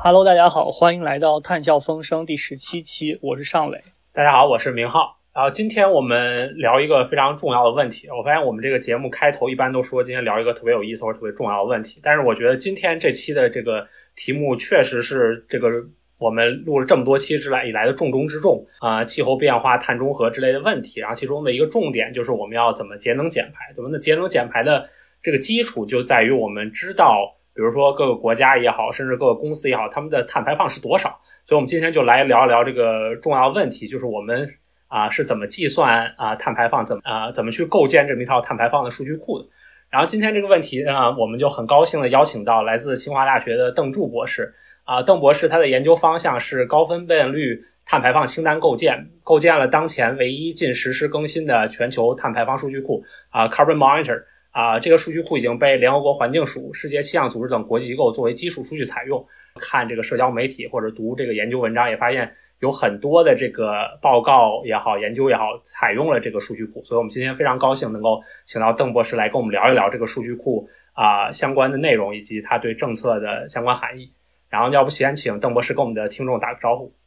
Hello，大家好，欢迎来到探笑风声第17期，我是尚磊。 大家好，我是明浩。然后今天我们聊一个非常重要的问题。我发现我们这个节目开头一般都说今天聊一个特别有意思或者特别重要的问题，但是我觉得今天这期的这个题目确实是这个我们录了这么多期以来的重中之重气候变化、碳中和之类的问题。然后其中的一个重点就是我们要怎么节能减排。怎么节能减排的这个基础就在于我们知道，比如说各个国家也好，甚至各个公司也好，他们的碳排放是多少。所以我们今天就来聊一聊这个重要的问题，就是我们是怎么计算碳排放，怎么去构建这么一套碳排放的数据库的。然后今天这个问题我们就很高兴的邀请到来自清华大学的邓柱博士邓博士他的研究方向是高分辨率碳排放清单构建了当前唯一近实时更新的全球碳排放数据库Carbon Monitor。这个数据库已经被联合国环境署、世界气象组织等国际机构作为基础数据采用。看这个社交媒体或者读这个研究文章，也发现有很多的这个报告也好、研究也好，采用了这个数据库。所以我们今天非常高兴能够请到邓博士来跟我们聊一聊这个数据库相关的内容以及它对政策的相关含义。然后要不先请邓博士跟我们的听众打个招呼。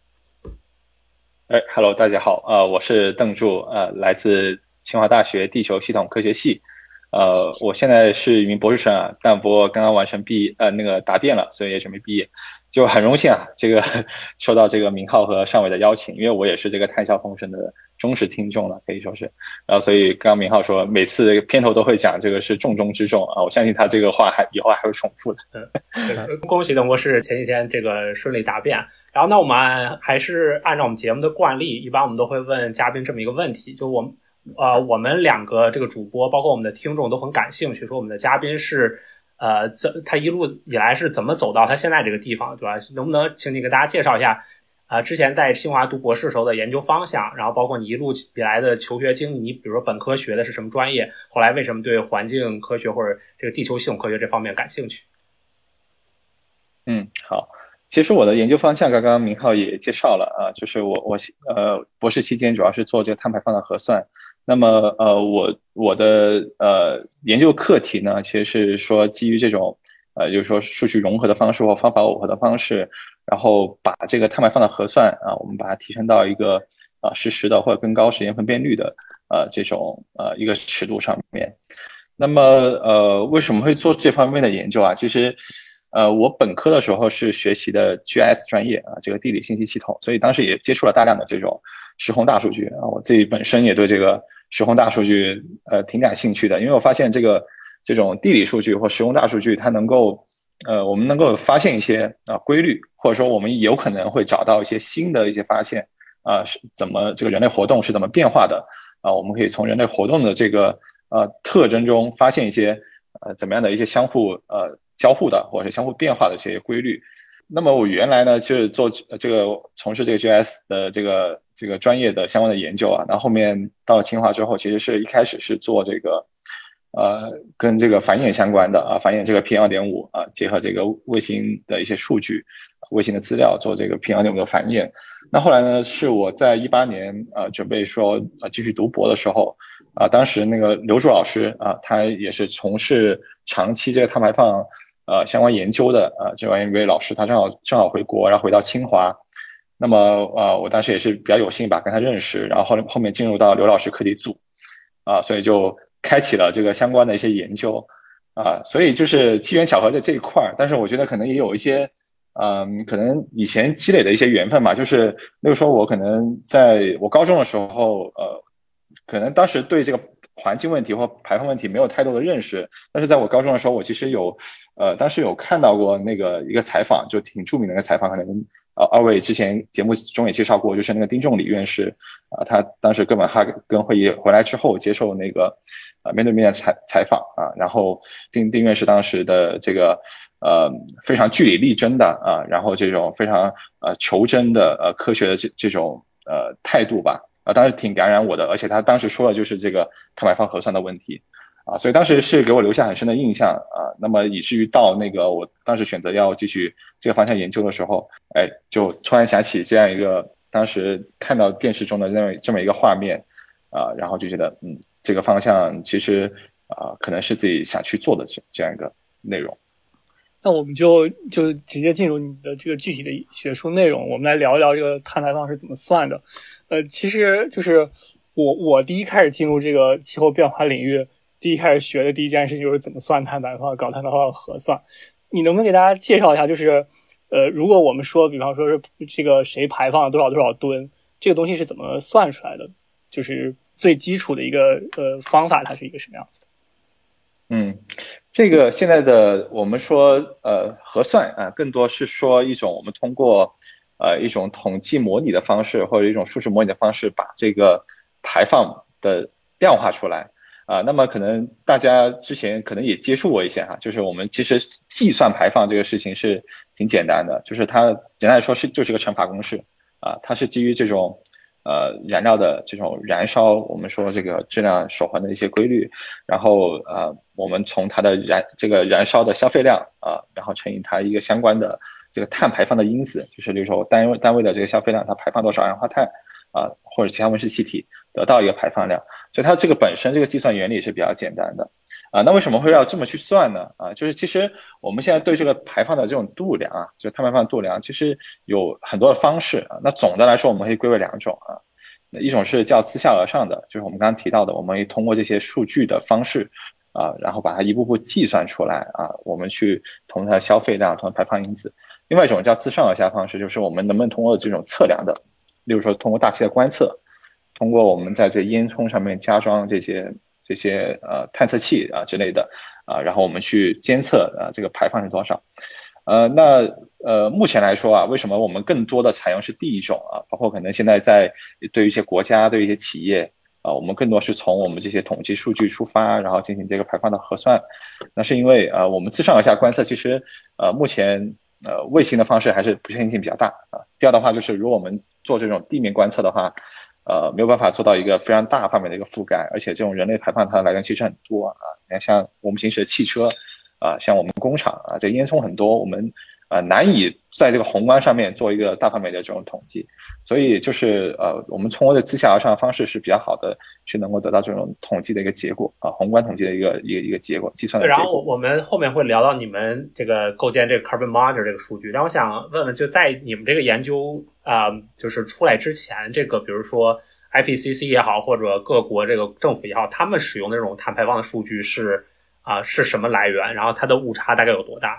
Hello， 大家好，我是邓柱，来自清华大学地球系统科学系。我现在是一名博士生但不过刚刚完成答辩了，所以也准备毕业，就很荣幸这个受到这个明浩和尚伟的邀请，因为我也是这个探笑风声的忠实听众了，可以说是。然后所以刚刚明浩说每次片头都会讲这个是重中之重我相信他这个话以后还会重复的。 恭喜邓博士前几天这个顺利答辩。然后那我们还是按照我们节目的惯例，一般我们都会问嘉宾这么一个问题，就我们两个这个主播包括我们的听众都很感兴趣，说我们的嘉宾是他一路以来是怎么走到他现在这个地方，对吧？能不能请你给大家介绍一下之前在清华读博士时候的研究方向，然后包括你一路以来的求学经历，你比如说本科学的是什么专业，后来为什么对环境科学或者这个地球系统科学这方面感兴趣？ 好。其实我的研究方向刚刚明浩也介绍了就是我博士期间主要是做这个碳排放的核算。那么我的研究课题呢，其实是说基于这种就是说数据融合的方式或方法耦合的方式，然后把这个碳排放的核算我们把它提升到一个实时的或者更高时间分辨率的这种一个尺度上面。那么为什么会做这方面的研究其实我本科的时候是学习的 GIS 专业这个地理信息系统，所以当时也接触了大量的这种时空大数据我自己本身也对这个时空大数据挺感兴趣的，因为我发现这种地理数据或时空大数据它能够我们能够发现一些规律，或者说我们有可能会找到一些新的一些发现是怎么这个人类活动是怎么变化的我们可以从人类活动的这个特征中发现一些怎么样的一些相互交互的或者是相互变化的这些规律。那么我原来呢就是做从事这个 GIS 的这个专业的相关的研究然后后面到了清华之后，其实是一开始是做这个跟这个繁衍相关的繁衍这个 PM2.5结合这个卫星的一些数据、卫星的资料做这个 PM2.5的繁衍。那后来呢，是我在18年准备说继续读博的时候当时那个刘柱老师他也是从事长期这个碳排放相关研究的这位老师，他正好回国，然后回到清华。那么我当时也是比较有幸吧跟他认识，然后后面进入到刘老师课题组所以就开启了这个相关的一些研究所以就是机缘巧合在这一块，但是我觉得可能也有一些可能以前积累的一些缘分吧，就是那个时候我可能在我高中的时候可能当时对这个环境问题或排放问题没有太多的认识，但是在我高中的时候，我其实当时有看到过那个一个采访，就挺著名的一个采访，可能二位之前节目中也介绍过，就是那个丁仲礼院士他当时哥本哈根会议回来之后接受那个面对面的采访然后丁院士当时的这个非常据理力争的然后这种非常求真的科学的这种态度吧当时挺感染我的，而且他当时说的就是这个碳排放核算的问题所以当时是给我留下很深的印象那么以至于到那个我当时选择要继续这个方向研究的时候就突然想起这样一个当时看到电视中的这么一个画面然后就觉得这个方向其实可能是自己想去做的这样一个内容。 那我们就直接进入你的这个具体的学术内容，我们来聊一聊这个碳排放是怎么算的。其实就是我第一开始进入这个气候变化领域，第一开始学的第一件事就是怎么算碳排放，搞碳排放核算。你能不能给大家介绍一下，就是如果我们说，比方说是这个谁排放了多少多少吨，这个东西是怎么算出来的？就是最基础的一个方法，它是一个什么样子的？ 这个现在的我们说核算啊，更多是说一种我们通过一种统计模拟的方式或者一种数值模拟的方式，把这个排放的量化出来啊。那么可能大家之前可能也接触过一些哈，就是我们其实计算排放这个事情是挺简单的，就是它简单来说就是一个乘法公式啊，它是基于这种燃料的这种燃烧，我们说这个质量守恒的一些规律，然后我们从它的这个燃烧的消费量然后乘以它一个相关的这个碳排放的因子，就是比如说单位的这个消费量，它排放多少二氧化碳或者其他温室气体，得到一个排放量，所以它这个本身这个计算原理是比较简单的那为什么会要这么去算呢？就是其实我们现在对这个排放的这种度量就碳排放度量，其实有很多的方式那总的来说，我们可以归为两种一种是叫自下而上的，就是我们刚刚提到的，我们通过这些数据的方式然后把它一步步计算出来我们去同它的消费量、同它排放因子。另外一种叫自上而下方式，就是我们能不能通过这种测量的，例如说通过大气的观测，通过我们在这烟囱上面加装这些探测器之类的然后我们去监测这个排放是多少。目前来说为什么我们更多的采用是第一种包括可能现在对于一些国家、对于一些企业我们更多是从我们这些统计数据出发，然后进行这个排放的核算。那是因为我们自上而下观测，其实目前卫星的方式还是不确定性比较大第二的话，就是如果我们做这种地面观测的话，没有办法做到一个非常大范围的一个覆盖，而且这种人类排放它的来源其实很多你看像我们行驶的汽车像我们工厂这烟囱很多，我们难以在这个宏观上面做一个大范围的这种统计，所以就是我们通过自下而上的方式是比较好的，去能够得到这种统计的一个结果宏观统计的一个结果，计算的结果。 然后我们后面会聊到你们这个构建这个 carbon model 这个数据，然后我想问问，就在你们这个研究就是出来之前，这个比如说 IPCC 也好，或者各国这个政府也好，他们使用的这种碳排放的数据是什么来源？然后它的误差大概有多大？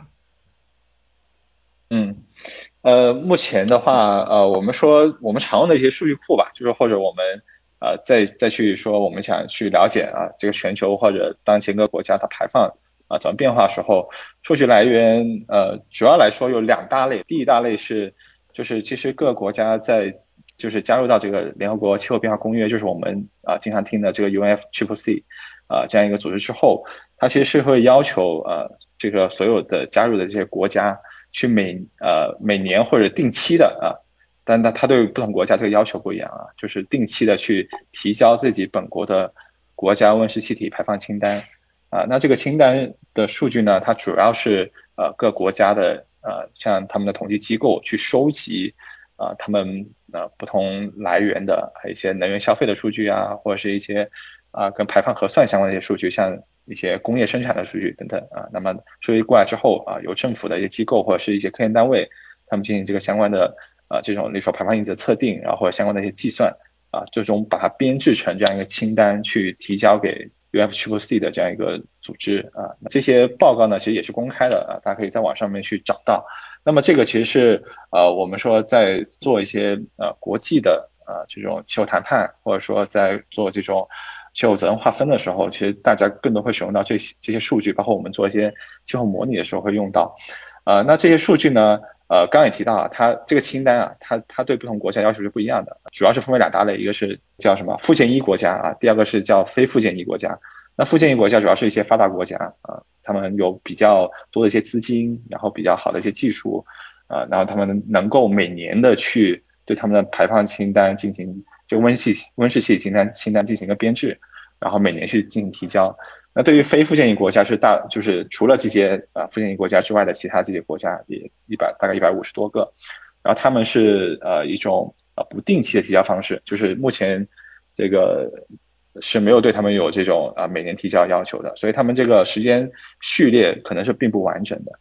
目前的话，我们说我们常用的一些数据库吧，就是或者我们再去说我们想去了解这个全球或者当前各个国家它排放怎么变化的时候，数据来源主要来说有两大类。第一大类是就是其实各个国家就是加入到这个联合国气候变化公约，就是我们经常听的这个 UNFCCC 这样一个组织之后，它其实是会要求这个所有的加入的这些国家去每年或者定期的但它对不同国家这个要求不一样就是定期的去提交自己本国的国家温室气体排放清单那这个清单的数据呢，它主要是各国家的像他们的统计机构去收集他们不同来源的一些能源消费的数据或者是一些跟排放核算相关的一些数据，像一些工业生产的数据等等那么收集过来之后由政府的一些机构或者是一些科研单位，他们进行这个相关的这种例如说排放因子测定，然后或者相关的一些计算最终把它编制成这样一个清单去提交给UNFCCC 的这样一个组织这些报告呢其实也是公开的大家可以在网上面去找到。那么这个其实是我们说在做一些国际的这种气候谈判，或者说在做这种气候责任划分的时候，其实大家更多会使用到这些数据，包括我们做一些气候模拟的时候会用到那这些数据呢刚刚也提到它这个清单它对不同国家要求是不一样的，主要是分为两大类，一个是叫什么附件一国家第二个是叫非附件一国家。那附件一国家主要是一些发达国家他们有比较多的一些资金，然后比较好的一些技术然后他们能够每年的去对他们的排放清单进行就温室气体清单进行一个编制，然后每年去进行提交。那对于非附件一国家就是除了这些附件一国家之外的其他这些国家也大概150多个，然后他们是一种不定期的提交方式，就是目前这个是没有对他们有这种每年提交要求的，所以他们这个时间序列可能是并不完整的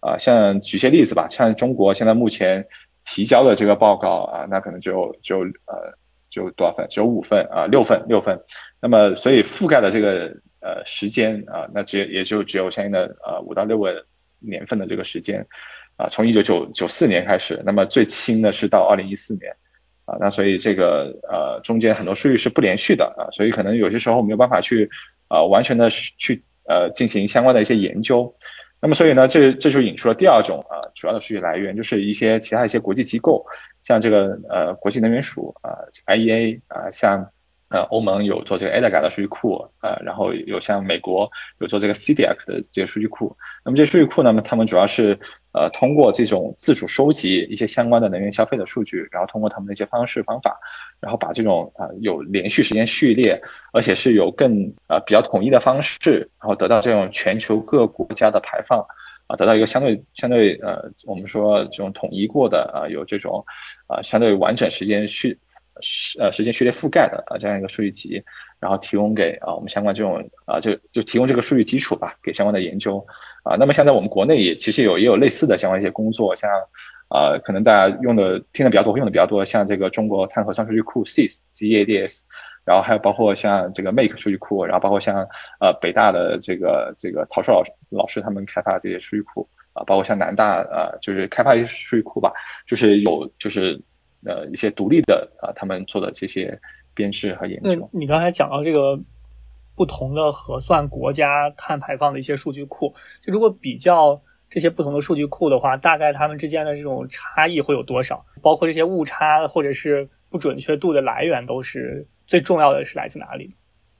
像举些例子吧，像中国现在目前提交的这个报告那可能就多少份？只有5份6份。那么所以覆盖的这个时间那也就只有相应的5到6个年份的这个时间从1994年开始，那么最新的是到2014年那所以这个中间很多数据是不连续的所以可能有些时候没有办法去完全的去进行相关的一些研究。那么所以呢，这就引出了第二种主要的数据来源，就是一些其他一些国际机构，像这个国际能源署IEA 像欧盟有做这个 EDGAR 的数据库然后有像美国有做这个 CDEC 的这个数据库。那么这些数据库呢，他们主要是通过这种自主收集一些相关的能源消费的数据，然后通过他们的一些方式方法，然后把这种有连续时间序列，而且是有更比较统一的方式，然后得到这种全球各国家的排放得到一个相对我们说这种统一过的有这种相对完整时间序列覆盖的这样一个数据集，然后提供给我们相关这种就提供这个数据基础吧，给相关的研究那么现在我们国内其实也有类似的相关一些工作，像可能大家听的比较多，会用的比较多，像这个中国碳核酸数据库 CEADS， 然后还有包括像这个 Make 数据库，然后包括像北大的这个陶硕老师他们开发这些数据库包括像南大就是开发一些数据库吧，就是有一些独立的他们做的这些编制和研究。 你刚才讲到这个不同的核算国家碳排放的一些数据库，就如果比较这些不同的数据库的话，大概它们之间的这种差异会有多少？包括这些误差或者是不准确度的来源，都是最重要的是来自哪里？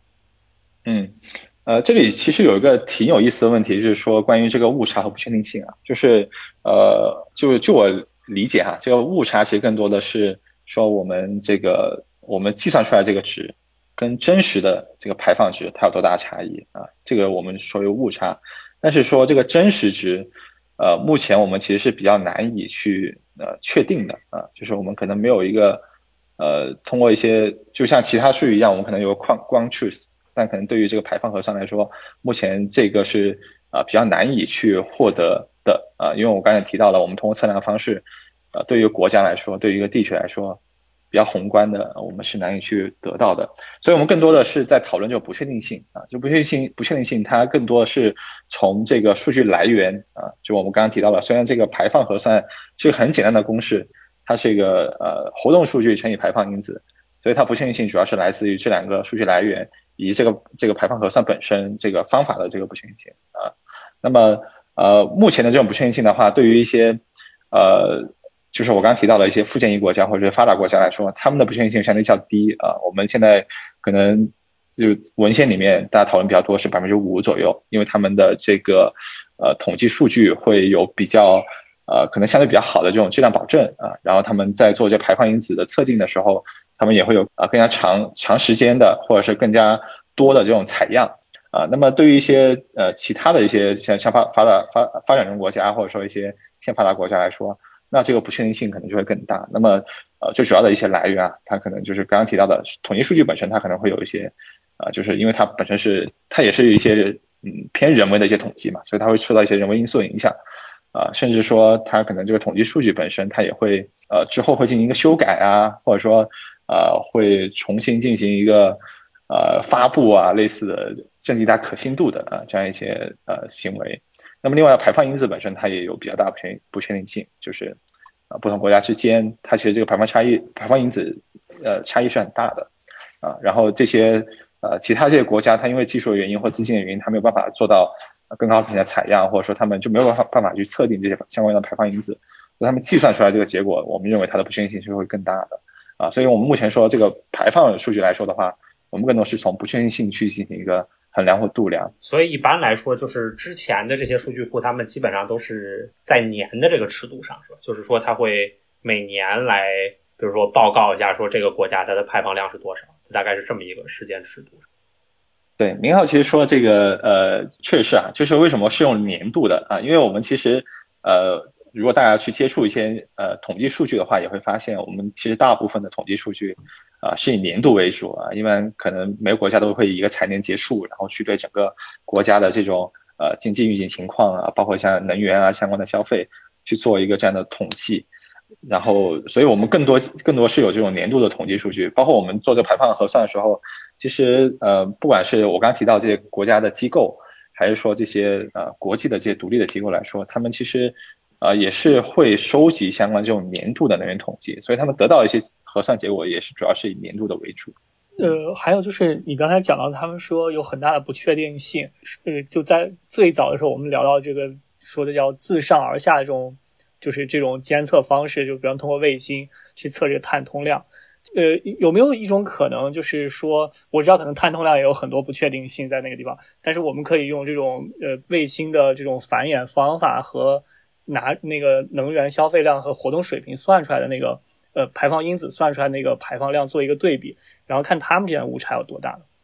这里其实有一个挺有意思的问题，就是说关于这个误差和不确定性就是就我理解这个误差其实更多的是说我们计算出来这个值跟真实的这个排放值它有多大差异这个我们说为误差。但是说这个真实值目前我们其实是比较难以去确定的就是我们可能没有一个通过一些就像其他数据一样，我们可能有个ground truth，但可能对于这个排放核算来说，目前这个是比较难以去获得的因为我刚才提到了，我们通过测量的方式对于国家来说，对于一个地区来说比较宏观的我们是难以去得到的。所以我们更多的是在讨论这个不确定性就不确定性它更多的是从这个数据来源就我们刚刚提到了，虽然这个排放核算是个很简单的公式，它是一个活动数据乘以排放因子，所以它不确定性主要是来自于这两个数据来源以及这个排放核算本身这个方法的这个不确定性那么目前的这种不确定性的话，对于一些就是我刚刚提到的一些附件一国家或者发达国家来说，他们的不确定性相对较低我们现在可能就文献里面大家讨论比较多是5%左右，因为他们的这个统计数据会有比较可能相对比较好的这种质量保证然后他们在做这排放因子的测定的时候，他们也会有更加长时间的或者是更加多的这种采样那么对于一些其他的一些像发展中国家或者说一些欠发达国家来说，那这个不确定性可能就会更大。那么最主要的一些来源它可能就是刚刚提到的统计数据本身，它可能会有一些就是因为它本身它也是一些偏人为的一些统计嘛，所以它会受到一些人为因素的影响甚至说它可能这个统计数据本身它也会之后会进行一个修改或者说会重新进行一个发布类似的降低它可信度的这样一些行为。那么另外排放因子本身它也有比较大的不确定性，就是不同国家之间它其实这个排放因子差异是很大的然后这些其他这些国家它因为技术的原因或资金的原因，它没有办法做到更高频的采样，或者说他们就没有办法去测定这些相关的排放因子，所以他们计算出来这个结果，我们认为它的不确定性是会更大的所以我们目前说这个排放数据来说的话，我们更多是从不确定性去进行一个衡量或度量。 所以一般来说，就是之前的这些数据库，他们基本上都是在年的这个尺度上，是吧？就是说它会每年来，比如说报告一下，说这个国家它的排放量是多少，大概是这么一个时间尺度。 对，明浩其实说这个确实是就是为什么是用年度的因为我们其实如果大家去接触一些统计数据的话，也会发现我们其实大部分的统计数据是以年度为主一般可能每个国家都会以一个财年结束，然后去对整个国家的这种经济运行情况啊，包括像能源啊相关的消费去做一个这样的统计。然后，所以我们更多是有这种年度的统计数据，包括我们做这排放核算的时候，其实不管是我刚刚提到这些国家的机构，还是说这些国际的这些独立的机构来说，他们其实也是会收集相关这种年度的能源统计，所以他们得到一些核算结果也是主要是以年度的为主。 还有就是你刚才讲到，他们说有很大的不确定性，就在最早的时候，我们聊到这个说的叫自上而下的这种，就是这种监测方式，就比方通过卫星去测这个碳通量。有没有一种可能，就是说，我知道可能碳通量也有很多不确定性在那个地方，但是我们可以用这种卫星的这种繁衍方法和拿那个能源消费量和活动水平算出来的那个排放因子算出来那个排放量做一个对比，然后看他们之间的误差有多大呢？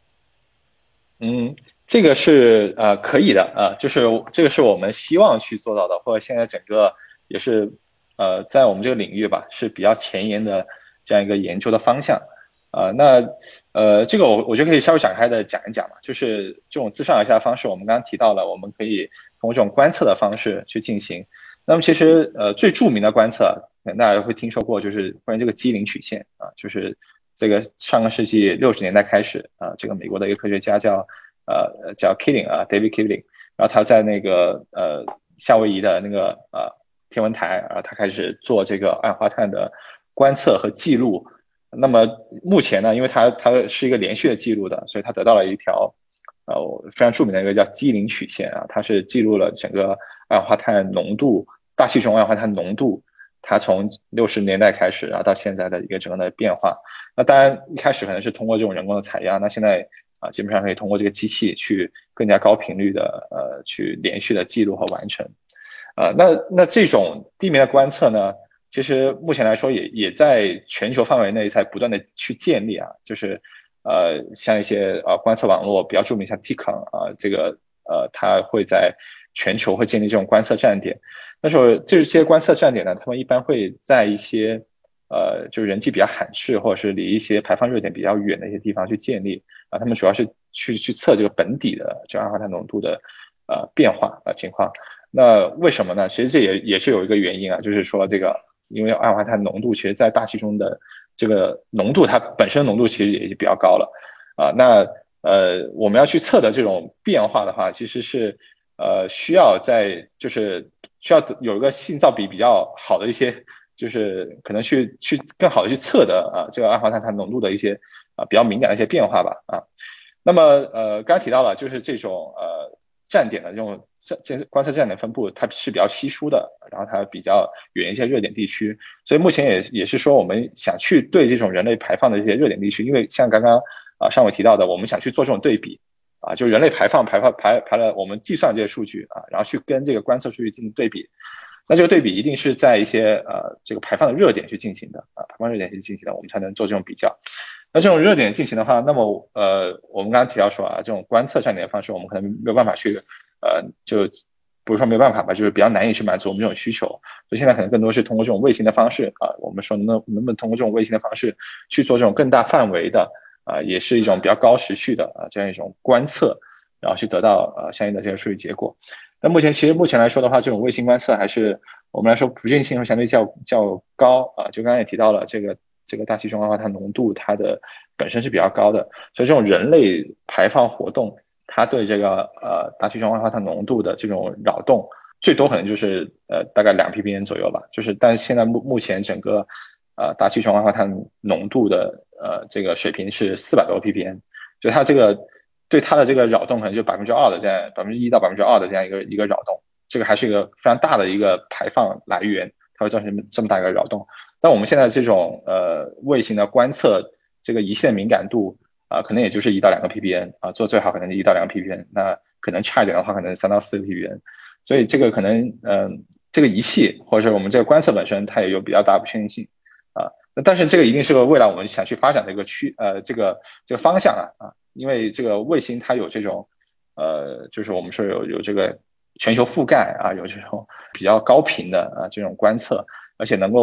这个是可以的就是这个是我们希望去做到的，或者现在整个也是在我们这个领域吧是比较前沿的这样一个研究的方向那这个我就可以稍微展开的讲一讲嘛，就是这种自上而下的方式，我们刚刚提到了，我们可以通过这种观测的方式去进行。那么其实最著名的观测，可能大家会听说过，就是关于这个基林曲线就是这个上个世纪60年代开始这个美国的一个科学家叫 Keeling David Keeling， 然后他在那个夏威夷的那个天文台他开始做这个二氧化碳的观测和记录。那么目前呢，因为它是一个连续的记录的，所以它得到了一条非常著名的一个叫基林曲线它是记录了整个二氧化碳浓度，大气中二氧化碳浓度，它从60年代开始到现在的一个整个的变化。那当然一开始可能是通过这种人工的采样，那现在基本上可以通过这个机器去更加高频率的去连续的记录和完成那这种地面的观测呢，其实目前来说也在全球范围内在不断的去建立就是像一些观测网络比较著名，像 TCON 这个它会在全球会建立这种观测站点。但是这些观测站点呢，他们一般会在一些就是人迹比较罕至，或者是离一些排放热点比较远的一些地方去建立他们主要是去测这个本地的这二氧化碳浓度的变化情况。那为什么呢？其实这也是有一个原因就是说这个因为二氧化碳浓度其实在大气中的这个浓度，它本身浓度其实也比较高了那我们要去测的这种变化的话，其实是需要有一个信噪比较好的一些，就是可能去更好的去测的这个二氧化碳浓度的一些比较敏感的一些变化吧那么刚才提到了就是这种站点的这种观测站点分布，它是比较稀疏的，然后它比较远一些热点地区，所以目前也是说我们想去对这种人类排放的这些热点地区，因为像刚刚上伟提到的，我们想去做这种对比就人类排了我们计算这些数据然后去跟这个观测数据进行对比。那这个对比一定是在一些这个排放的热点去进行的排放热点去进行的，我们才能做这种比较。那这种热点进行的话，那么我们刚刚提到说这种观测站点的方式，我们可能没有办法去就不是说没有办法吧，就是比较难以去满足我们这种需求，所以现在可能更多是通过这种卫星的方式我们说能不能通过这种卫星的方式去做这种更大范围的也是一种比较高时序的这样一种观测，然后去得到相应的这个数据结果。但目前来说的话，这种卫星观测还是我们来说不确定性相对较高就刚才也提到了这个大气中二氧化碳浓度它的本身是比较高的，所以这种人类排放活动它对这个大气中二氧化碳浓度的这种扰动最多可能就是大概2 ppm 左右吧，就是但是现在目前整个大气中二氧化碳浓度的这个水平是400多 ppm， 就它这个对它的这个扰动可能就2%的这样1%到2%的这样一个扰动，这个还是一个非常大的一个排放来源，它会造成这么大一个扰动。但我们现在这种卫星的观测这个仪器的敏感度可能也就是1到2个 ppm 做最好可能是1到2个 ppm， 那可能差一点的话可能3到4个 ppm， 所以这个可能这个仪器或者是我们这个观测本身它也有比较大的不确定性但是这个一定是个未来我们想去发展的一个这个方向因为这个卫星它有这种就是我们说有这个全球覆盖有这种比较高频的这种观测，而且能够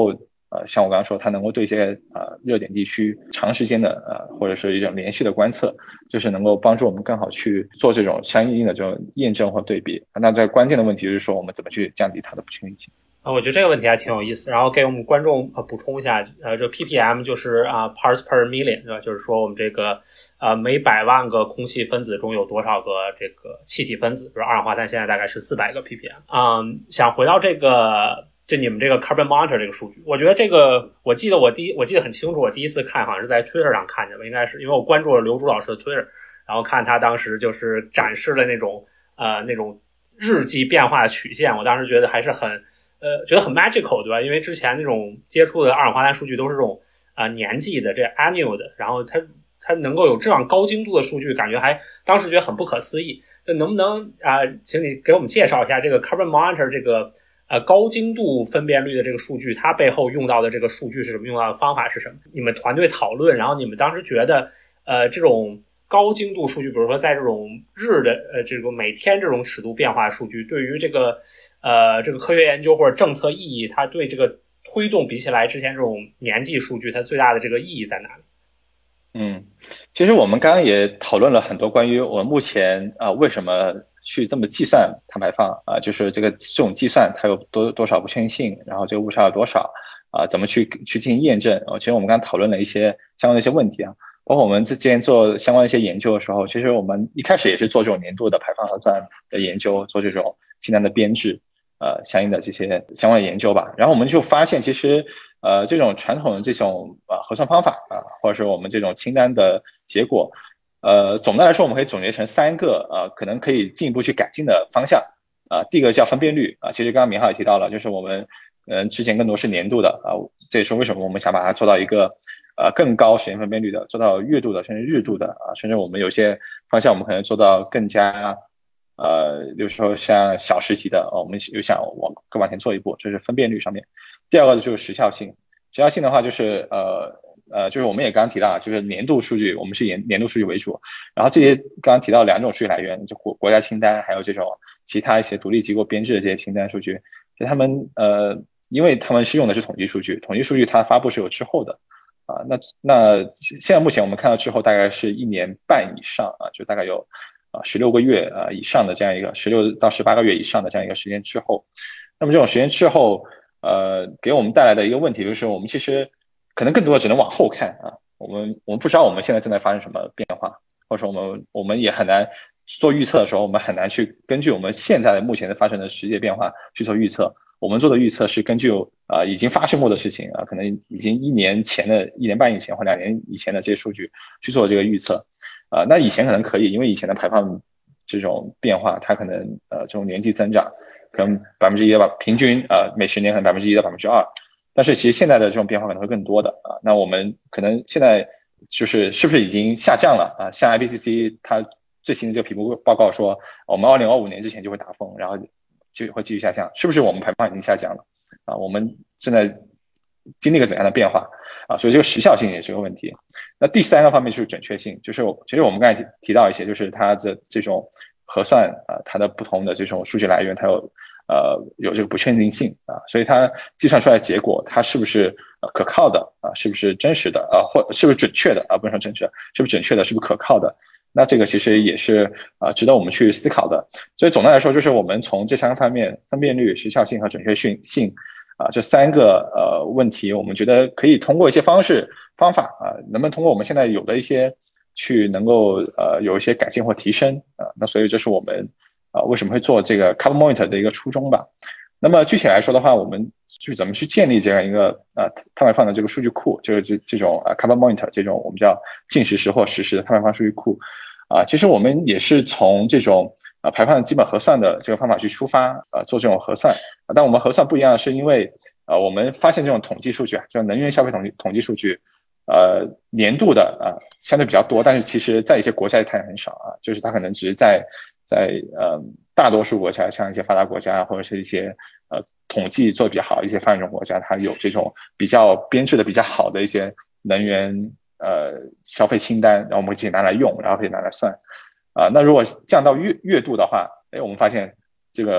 像我刚刚说，它能够对一些热点地区长时间的或者是一种连续的观测，就是能够帮助我们更好去做这种相应的这种验证或对比。那在关键的问题就是说，我们怎么去降低它的不确定性。 我觉得这个问题还挺有意思，然后给我们观众补充一下，这 ppm 就是parts per million， 对吧？就是说我们这个每100万个空气分子中有多少个这个气体分子，比如二氧化碳现在大概是400个 ppm。想回到就你们这个 carbon monitor 这个数据，我觉得这个我记得很清楚，我第一次看好像是在 Twitter 上看见的，应该是因为我关注了刘珠老师的 Twitter， 然后看他当时就是展示了那种日记变化的曲线，我当时觉得还是觉得很 magical， 对吧？因为之前那种接触的二氧化碳数据都是这种年纪的，这 annual 的，然后它能够有这样高精度的数据，感觉当时觉得很不可思议。那能不能请你给我们介绍一下这个 carbon monitor 这个高精度分辨率的这个数据，它背后用到的这个数据是什么，用到的方法是什么？你们团队讨论，然后你们当时觉得这种高精度数据，比如说在这种这个每天这种尺度变化的数据，对于这个科学研究或者政策意义，它对这个推动比起来之前这种年纪数据，它最大的这个意义在哪里？ 其实我们刚刚也讨论了很多关于我们目前为什么去这么计算碳排放就是这种计算它有多少不确定性，然后这个误差有多少怎么去进行验证其实我们刚刚讨论了一些相关的一些问题包括我们之前做相关的一些研究的时候，其实我们一开始也是做这种年度的排放核算的研究，做这种清单的编制相应的这些相关的研究吧。然后我们就发现其实这种传统的这种核算方法或者是我们这种清单的结果总的来说我们可以总结成3个可能可以进一步去改进的方向第一个叫分辨率其实刚刚明浩也提到了，就是我们之前更多是年度的这也是为什么我们想把它做到一个更高时间分辨率的，做到月度的甚至日度的甚至我们有些方向我们可能做到更加比如说像小时级的我们又想更往前做一步，这是分辨率上面。第二个就是时效性，时效性的话就是就是我们也刚刚提到就是年度数据，我们是以年度数据为主，然后这些刚刚提到2种数据来源，就国家清单还有这种其他一些独立机构编制的这些清单数据，就他们因为他们是用的是统计数据，统计数据它发布是有滞后的那现在目前我们看到滞后大概是1年半以上就大概有16个月以上的这样一个16到18个月以上的这样一个时间滞后。那么这种时间滞后给我们带来的一个问题就是我们其实可能更多的只能往后看我们不知道我们现在正在发生什么变化，或者说我们也很难做预测的时候，我们很难去根据我们现在目前的发生的实际变化去做预测。我们做的预测是根据已经发生过的事情可能已经1年半以前或2年以前的这些数据去做这个预测那以前可能可以，因为以前的排放这种变化它可能这种年纪增长可能1%吧，平均每10年可能1%到2%，但是其实现在的这种变化可能会更多的那我们可能现在是不是已经下降了像 IPCC 它最新的这个评估报告说我们2025年之前就会达峰，然后就会继续下降，是不是我们排放已经下降了我们正在经历了怎样的变化所以这个时效性也是个问题。那第3个方面就是准确性，就是其实我们刚才提到一些，就是它的这种核算它的不同的这种数据来源，它有这个不确定性所以它计算出来的结果它是不是可靠的是不是真实的或是不是准确的不能说真实，是不是准确的，是不是可靠的，那这个其实也是值得我们去思考的。所以总的来说就是我们从这3个方面，分辨率、时效性和准确性这3个问题，我们觉得可以通过一些方法能不能通过我们现在有的一些去能够有一些改进或提升那所以这是我们为什么会做这个 carbon monitor 的一个初衷吧。那么具体来说的话，我们去怎么去建立这样一个碳排放的这个数据库，就是这种carbon monitor 这种我们叫近实时或实时的碳排放数据库其实我们也是从这种排放基本核算的这个方法去出发做这种核算但我们核算不一样是因为我们发现这种统计数据这种能源消费统计数据年度的相对比较多，但是其实在一些国家它也很少就是它可能只是在大多数国家，像一些发达国家或者是一些统计做的比较好一些发展中国家，它有这种比较编制的比较好的一些能源消费清单，然后我们可以拿来用，然后可以拿来算那如果降到月度的话我们发现这个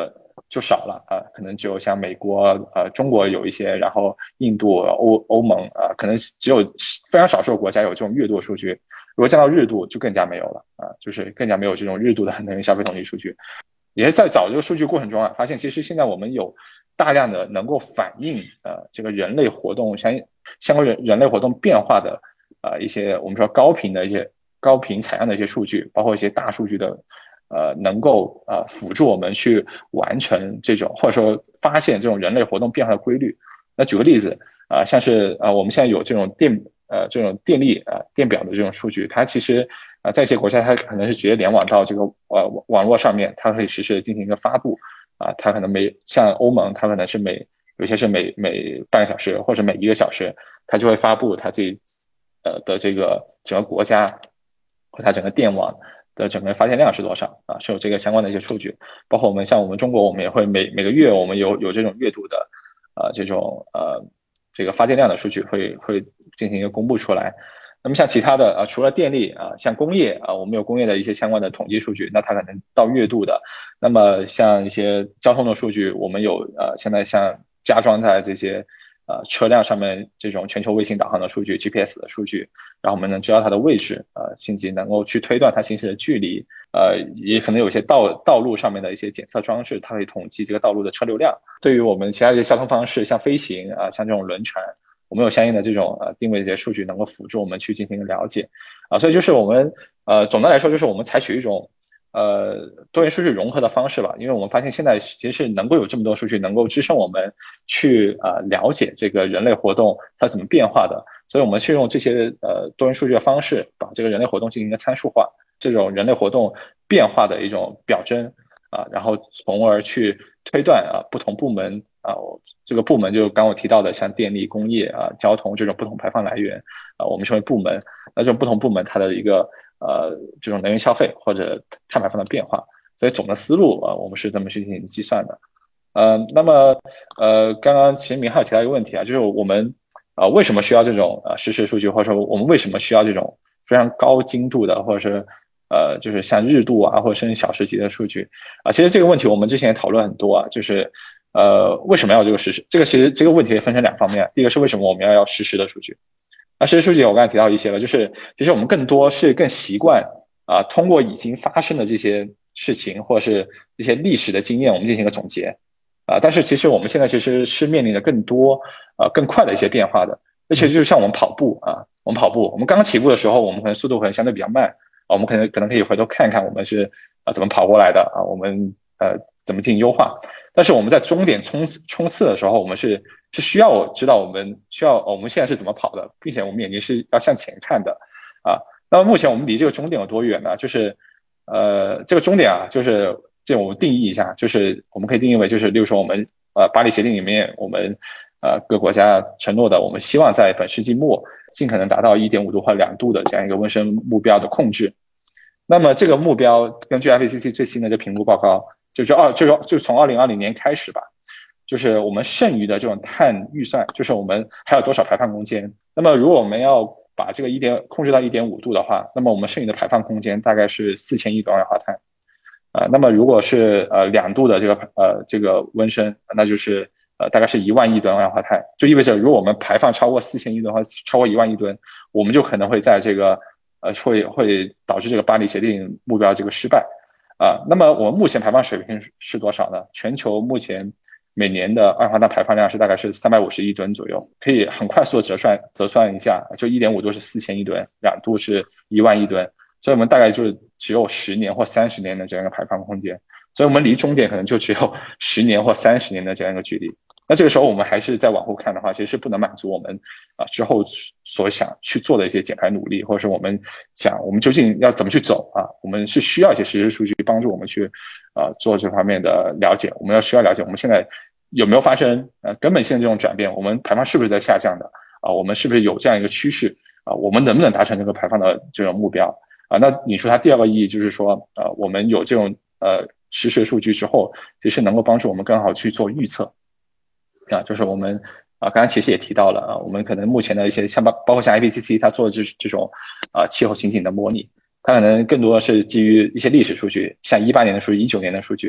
就少了可能只有像美国中国有一些，然后印度欧盟可能只有非常少数国家有这种月度数据，如果降到日度就更加没有了就是更加没有这种日度的能源消费统计数据。也是在找这个数据过程中发现其实现在我们有大量的能够反映这个人类活动相关人类活动变化的一些我们说高频采样的一些数据，包括一些大数据的能够辅助我们去完成这种或者说发现这种人类活动变化的规律。那举个例子像是我们现在有这种电力电表的这种数据，它其实在一些国家它可能是直接联网到这个网络上面，它可以实时进行一个发布它可能像欧盟，它可能是有些是每半个小时或者每1个小时，它就会发布它自己的这个整个国家和它整个电网的整个发电量是多少是有这个相关的一些数据。包括像我们中国，我们也会每个月我们有这种月度的这种这个发电量的数据会进行一个公布出来。那么像其他的除了电力像工业我们有工业的一些相关的统计数据，那它可能到月度的。那么像一些交通的数据，我们有现在像加装在这些车辆上面这种全球卫星导航的数据 GPS 的数据，然后我们能知道它的位置甚至能够去推断它行驶的距离也可能有一些道路上面的一些检测装置，它可以统计这个道路的车流量。对于我们其他一些交通方式像飞行像这种轮船，我们有相应的这种定位的一些数据能够辅助我们去进行了解所以就是我们总的来说就是我们采取一种多元数据融合的方式吧。因为我们发现现在其实是能够有这么多数据能够支撑我们去了解这个人类活动它怎么变化的，所以我们是用这些多元数据的方式把这个人类活动进行一个参数化，这种人类活动变化的一种表征然后从而去推断不同部门这个部门就刚我提到的像电力、工业交通这种不同排放来源我们称为部门。那这种不同部门它的一个这种能源消费或者碳排放的变化，所以总的思路我们是这么去进行计算的。那么刚刚其实明浩提到一个问题就是我们为什么需要这种实时数据，或者说我们为什么需要这种非常高精度的，或者是就是像日度或者甚至小时级的数据其实这个问题我们之前也讨论很多就是为什么要这个实时？其实这个问题也分成2方面。第一个是为什么我们要实时的数据？实时数据我刚才提到一些了，就是其实我们更习惯通过已经发生的这些事情或者是一些历史的经验，我们进行一个总结但是其实我们现在其实是面临着更多更快的一些变化的。而且就是像我们跑步我们刚刚起步的时候，我们可能速度可能相对比较慢我们可能可以回头看看我们是怎么跑过来的我们怎么进行优化。但是我们在终点冲刺的时候，我们是需要知道我们现在是怎么跑的，并且我们眼睛是要向前看的那么目前我们离这个终点有多远呢？就是这个终点就是这我们定义一下，就是我们可以定义为就是例如说我们巴黎协定里面我们各国家承诺的，我们希望在本世纪末尽可能达到 1.5 度或2度的这样一个温升目标的控制。那么这个目标根据 IPCC 最新的这评估报告就从2020年开始吧，就是我们剩余的这种碳预算，就是我们还有多少排放空间。那么如果我们要把这个控制到 1.5 度的话，那么我们剩余的排放空间大概是4000亿吨二氧化碳那么如果是2度的这个温升，那就是大概是1万亿吨二氧化碳，就意味着如果我们排放超过4000亿吨或超过1万亿吨，我们就可能会在这个会导致这个巴黎协定目标这个失败那么我们目前排放水平是多少呢？全球目前每年的二氧化碳排放量是大概是350亿吨左右，可以很快速的折算一下，就 1.5 度是4000亿吨，2度是1万亿吨，所以我们大概就是只有10年或30年的这样一个排放空间，所以我们离终点可能就只有10年或30年的这样一个距离。那这个时候我们还是再往后看的话，其实是不能满足我们之后所想去做的一些减排努力，或者是我们想我们究竟要怎么去走我们是需要一些实时数据帮助我们去做这方面的了解。我们需要了解我们现在有没有发生根本性的这种转变，我们排放是不是在下降的我们是不是有这样一个趋势我们能不能达成这个排放的这种目标那你说它第2个意义就是说我们有这种实时数据之后，其实能够帮助我们更好去做预测就是我们刚才其实也提到了我们可能目前的一些包括像 IPCC 它做的这种气候情景的模拟，它可能更多的是基于一些历史数据，像18年的数据、19年的数据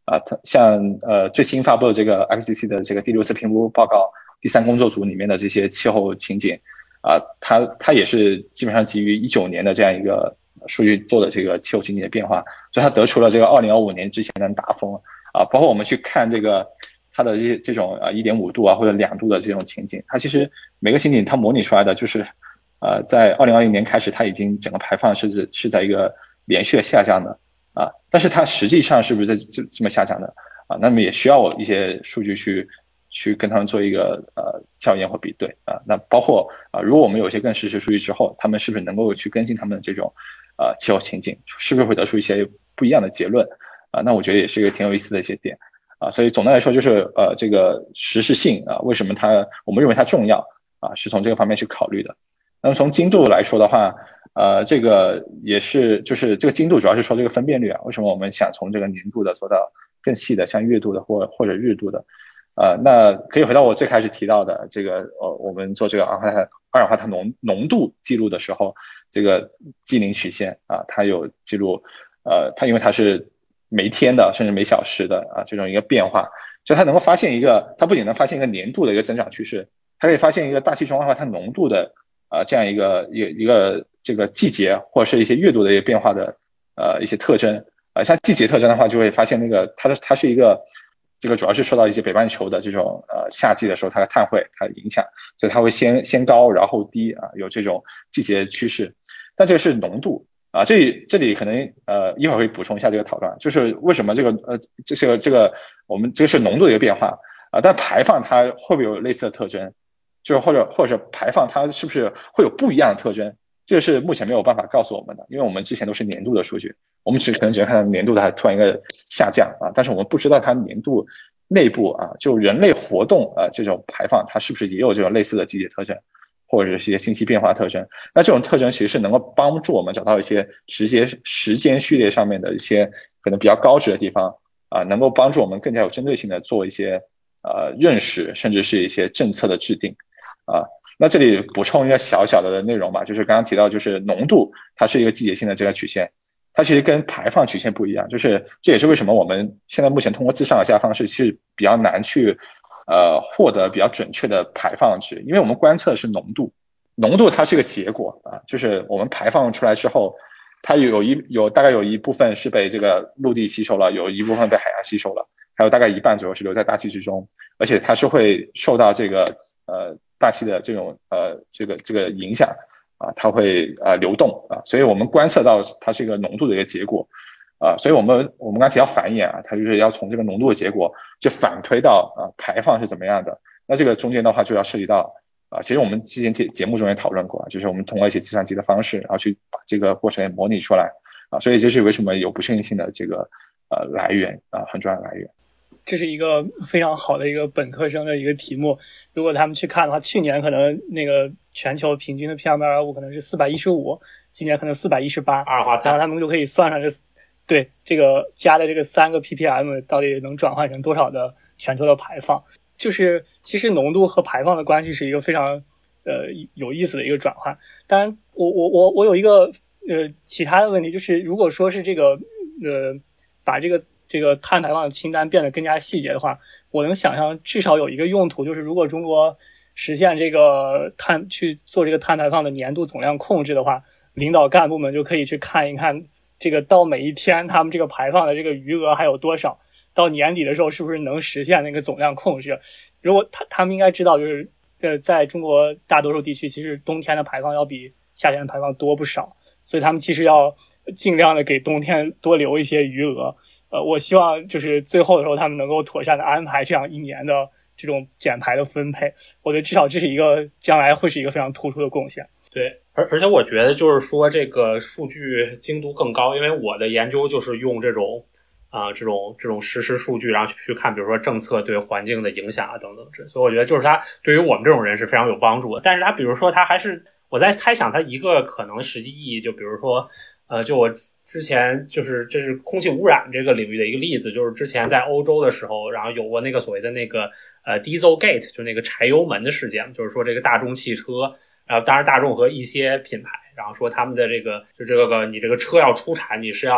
它像最新发布的这个 IPCC 的这个第6次评估报告第3工作组里面的这些气候情景它也是基本上基于19年的这样一个数据做的这个气候情景的变化，所以它得出了这个2025年之前能达峰包括我们去看这个它的这种1.5度或者2度的这种情景，它其实每个情景它模拟出来的就是在2020年开始它已经整个排放是在一个连续的下降的但是它实际上是不是在这么下降的那么也需要一些数据去跟他们做一个校验或比对那包括如果我们有一些更实时数据之后，他们是不是能够去更新他们的这种气候情景，是不是会得出一些不一样的结论那我觉得也是一个挺有意思的一些点所以总的来说就是这个实时性为什么我们认为它重要是从这个方面去考虑的。那么从精度来说的话这个也是就是这个精度主要是说这个分辨率为什么我们想从这个年度的做到更细的像月度的或者日度的那可以回到我最开始提到的这个我们做这个二氧化碳浓度记录的时候，这个G0曲线它有记录它因为它是每天的甚至每小时的这种一个变化，所以它能够发现它不仅能发现一个年度的一个增长趋势，它可以发现一个大气中二氧化碳浓度的这样一个这个季节或者是一些月度的一个变化的一些特征像季节特征的话，就会发现那个它是一个这个主要是受到一些北半球的这种夏季的时候它的碳汇它的影响，所以它会先高然后低有这种季节趋势。但这个是浓度这里可能一会儿会补充一下这个讨论，就是为什么这个我们这个是浓度的一个变化但排放它会不会有类似的特征，就是或者排放它是不是会有不一样的特征，这个是目前没有办法告诉我们的，因为我们之前都是年度的数据，我们可能只能看到年度的它突然一个下降但是我们不知道它年度内部就人类活动这种排放它是不是也有这种类似的季节特征或者是一些信息变化特征。那这种特征其实是能够帮助我们找到一些时间序列上面的一些可能比较高值的地方能够帮助我们更加有针对性的做一些认识甚至是一些政策的制定那这里补充一个小小的内容吧，就是刚刚提到就是浓度它是一个季节性的这个曲线，它其实跟排放曲线不一样，就是这也是为什么我们现在目前通过自上而下方式是比较难去获得比较准确的排放值，因为我们观测的是浓度它是个结果就是我们排放出来之后，它大概有一部分是被这个陆地吸收了，有一部分被海洋吸收了，还有大概一半左右是留在大气之中，而且它是会受到这个大气的这种这个影响它会流动所以我们观测到它是一个浓度的一个结果所以我们刚才提到繁衍它就是要从这个浓度的结果就反推到排放是怎么样的。那这个中间的话就要涉及到其实我们之前节目中也讨论过就是我们通过一些计算机的方式然后去把这个过程也模拟出来所以这是为什么有不确定性的这个来源很重要的来源。 这是一个非常好的一个本科生的一个题目，如果他们去看的话，去年可能那个全球平均的 PM2.5 可能是415，今年可能418， 二氧化碳， 然后他们就可以算上这个加的这个3个 ppm 到底能转换成多少的全球的排放。就是其实浓度和排放的关系是一个非常有意思的一个转换。当然我有一个其他的问题，就是如果说是这个把这个碳排放的清单变得更加细节的话，我能想象至少有一个用途，就是如果中国实现这个去做这个碳排放的年度总量控制的话，领导干部们就可以去看一看这个到每一天他们这个排放的这个余额还有多少，到年底的时候是不是能实现那个总量控制。如果他们应该知道，就是在中国大多数地区其实冬天的排放要比夏天的排放多不少，所以他们其实要尽量的给冬天多留一些余额。我希望就是最后的时候他们能够妥善的安排这样一年的这种减排的分配，我觉得至少这是一个将来会是一个非常突出的贡献。 对，而且我觉得就是说这个数据精度更高，因为我的研究就是用这种实时数据，然后去看比如说政策对环境的影响等等，所以我觉得就是它对于我们这种人是非常有帮助的。但是它比如说它还是我在猜想它一个可能实际意义，就比如说就我之前就是这是空气污染这个领域的一个例子，就是之前在欧洲的时候，然后有过那个所谓的那个Dieselgate， 就那个柴油门的事件，就是说这个大众汽车，然后当然大众和一些品牌，然后说他们的这个你这个车要出产，你是要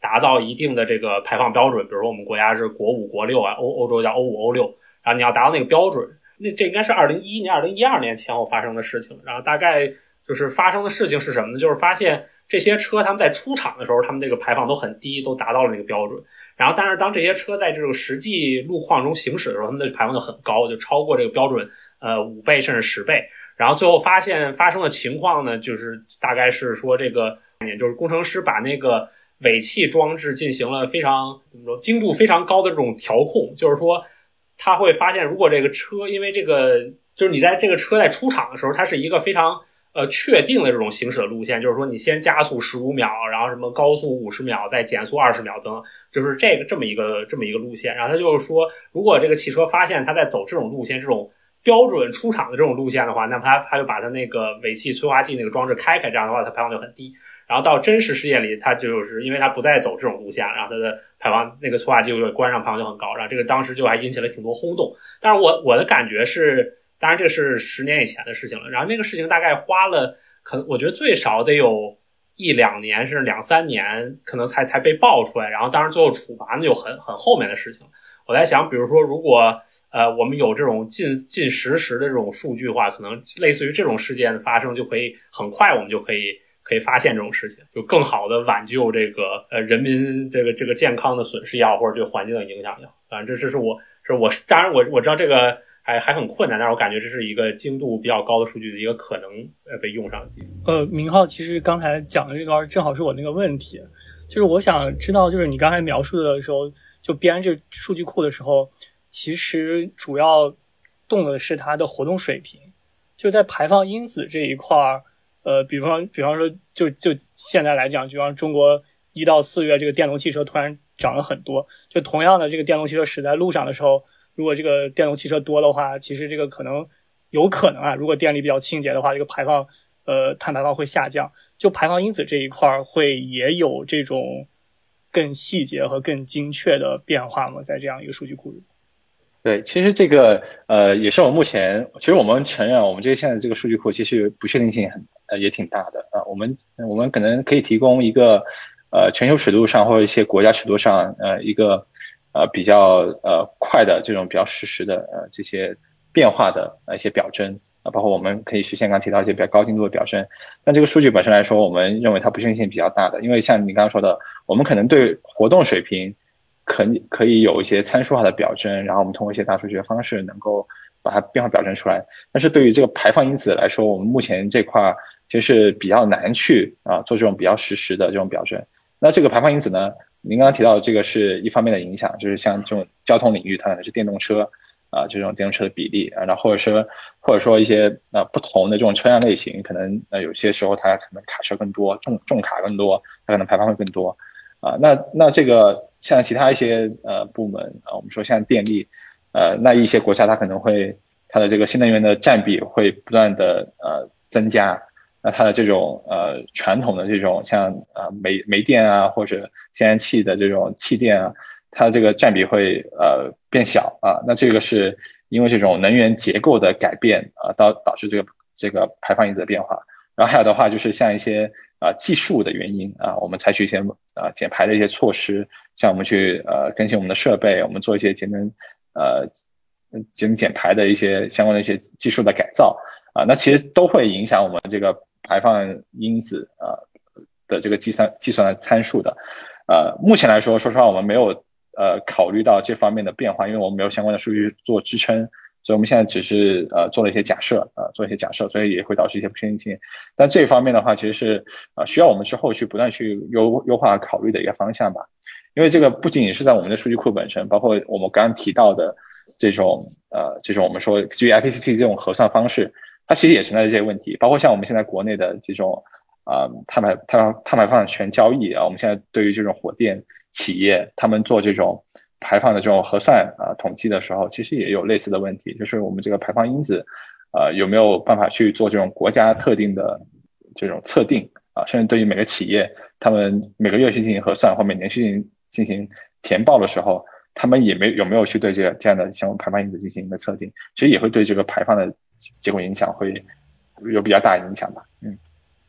达到一定的这个排放标准，比如说我们国家是国5国6啊，欧洲叫欧5欧6，然后你要达到那个标准，那这应该是2011年2012年前后发生的事情。然后大概就是发生的事情是什么呢？就是发现这些车他们在出厂的时候，他们这个排放都很低，都达到了那个标准。然后但是当这些车在这种实际路况中行驶的时候，他们的排放就很高，就超过这个标准5倍甚至10倍。然后最后发现发生的情况呢，就是大概是说这个就是工程师把那个尾气装置进行了非常怎么说精度非常高的这种调控，就是说他会发现如果这个车因为这个就是你在这个车在出厂的时候，它是一个非常确定的这种行驶的路线，就是说你先加速15秒，然后什么高速50秒，再减速20秒等等，就是这么一个路线。然后他就是说，如果这个汽车发现它在走这种路线，这种标准出厂的这种路线的话，那么他就把它那个尾气催化剂那个装置开，这样的话它排放就很低。然后到真实世界里，它就是因为它不再走这种路线，然后它的排放那个催化剂就关上，排放就很高。然后这个当时就还引起了挺多轰动。但是我的感觉是，当然这是10年以前的事情了。然后那个事情大概花了，可能我觉得最少得有1-2年，甚至2-3年，可能才被爆出来。然后当然最后处罚呢就很后面的事情。我在想，比如说如果我们有这种近实时的这种数据的话，可能类似于这种事件的发生，就可以很快我们就可以发现这种事情，就更好的挽救这个人民这个健康的损失也好，或者对环境的影响也好。反正这是我当然我知道这个还很困难，但是我感觉这是一个精度比较高的数据的一个可能被用上的地方。 明浩其实刚才讲的这段正好是我那个问题，就是我想知道，就是你刚才描述的时候，就编这数据库的时候，其实主要动的是它的活动水平，就在排放因子这一块比方说就现在来讲，就像中国1到4月这个电动汽车突然涨了很多，就同样的这个电动汽车驶在路上的时候，如果这个电动汽车多的话，其实这个有可能啊，如果电力比较清洁的话，这个碳排放会下降。就排放因子这一块也有这种更细节和更精确的变化吗？在这样一个数据库里？ 对，其实这个也是我其实我们承认，我们现在这个数据库其实不确定性也挺大的啊。我们可能可以提供一个全球尺度上或者一些国家尺度上一个比较快的这种比较实时的这些变化的一些表征啊，包括我们可以实现刚提到一些比较高精度的表征。但这个数据本身来说，我们认为它不确定性比较大的，因为像你刚刚说的，我们可能对活动水平可以有一些参数化的表征，然后我们通过一些大数据的方式能够把它变化表征出来。但是对于这个排放因子来说，我们目前这块其实是比较难去做这种比较实时的这种表征。那这个排放因子呢，您刚刚提到的这个是一方面的影响，就是像这种交通领域，它可能是电动车这种电动车的比例然后或者说一些不同的这种车辆类型，可能有些时候它可能卡车更多，重卡更多，它可能排放会更多那这个像其他一些部门我们说像电力那一些国家它可能会它的这个新能源的占比会不断的增加，那它的这种传统的这种像煤电啊或者天然气的这种气电啊，它这个占比会变小那这个是因为这种能源结构的改变导致这个排放因子的变化。然后还有的话就是像一些技术的原因我们采取一些减排的一些措施，像我们去更新我们的设备，我们做一些节能减排的一些相关的一些技术的改造那其实都会影响我们这个排放因子的这个计算的参数的。目前来说，说实话我们没有考虑到这方面的变化，因为我们没有相关的数据做支撑。所以我们现在只是做了一些假设所以也会导致一些不确定性。但这一方面的话，其实是需要我们之后去不断去优化考虑的一个方向吧。因为这个不仅仅是在我们的数据库本身，包括我们刚刚提到的这种我们说基于 IPCC 这种核算方式，它其实也存在这些问题。包括像我们现在国内的这种碳排放权交易我们现在对于这种火电企业他们做这种排放的这种核算统计的时候，其实也有类似的问题，就是我们这个排放因子有没有办法去做这种国家特定的这种测定甚至对于每个企业他们每个月去进行核算或每年去进行填报的时候，他们有没有去对这样的相关排放因子进行一个测定，其实也会对这个排放的结果影响会有比较大的影响吧。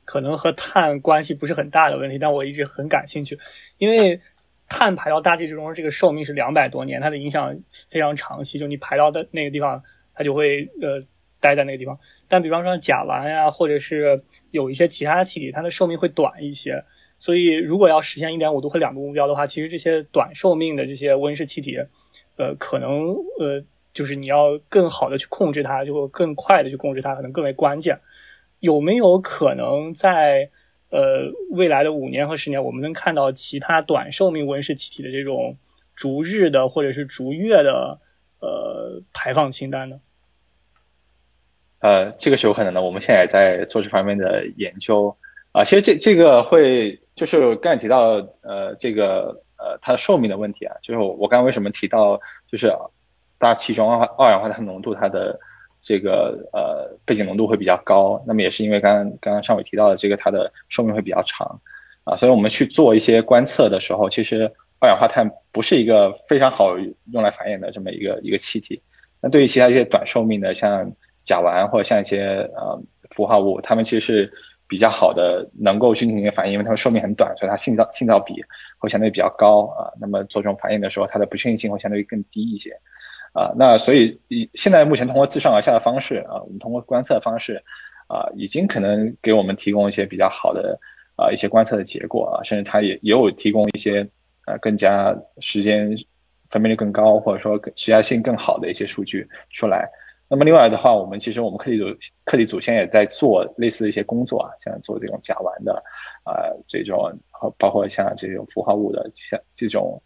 可能和碳关系不是很大的问题，但我一直很感兴趣，因为碳排到大气之中，这个寿命是200多年，它的影响非常长期，就你排到的那个地方，它就会待在那个地方。但比方说甲烷呀，或者是有一些其他气体，它的寿命会短一些。所以如果要实现1.5度和2度目标的话，其实这些短寿命的这些温室气体，可能就是你要更好的去控制它，就会更快的去控制它，可能更为关键。有没有可能在未来的5年和10年，我们能看到其他短寿命温室气体的这种逐日的或者是逐月的排放清单呢？ 这个是有可能的，我们现在也在做这方面的研究啊。其实这个会就是刚才提到这个它的寿命的问题啊，就是我刚刚为什么提到就是大气中二氧化碳浓度它的这个背景浓度会比较高，那么也是因为刚刚上伟提到的这个它的寿命会比较长啊，所以我们去做一些观测的时候，其实二氧化碳不是一个非常好用来繁衍的这么一个气体。那对于其他一些短寿命的，像甲烷或者像一些氟化物，它们其实是比较好的，能够去进行一个反应，因为它们寿命很短，所以它性噪比会相对比较高啊。那么做这种反应的时候，它的不确定性会相对更低一些啊。那所以现在目前通过自上而下的方式啊，我们通过观测的方式啊，已经可能给我们提供一些比较好的一些观测的结果啊，甚至它也有提供一些更加时间分辨率更高，或者说时效性更好的一些数据出来。那么另外的话，我们课题组现在也在做类似的一些工作啊，像做这种甲烷的这种，包括像这种氟化物的，像这种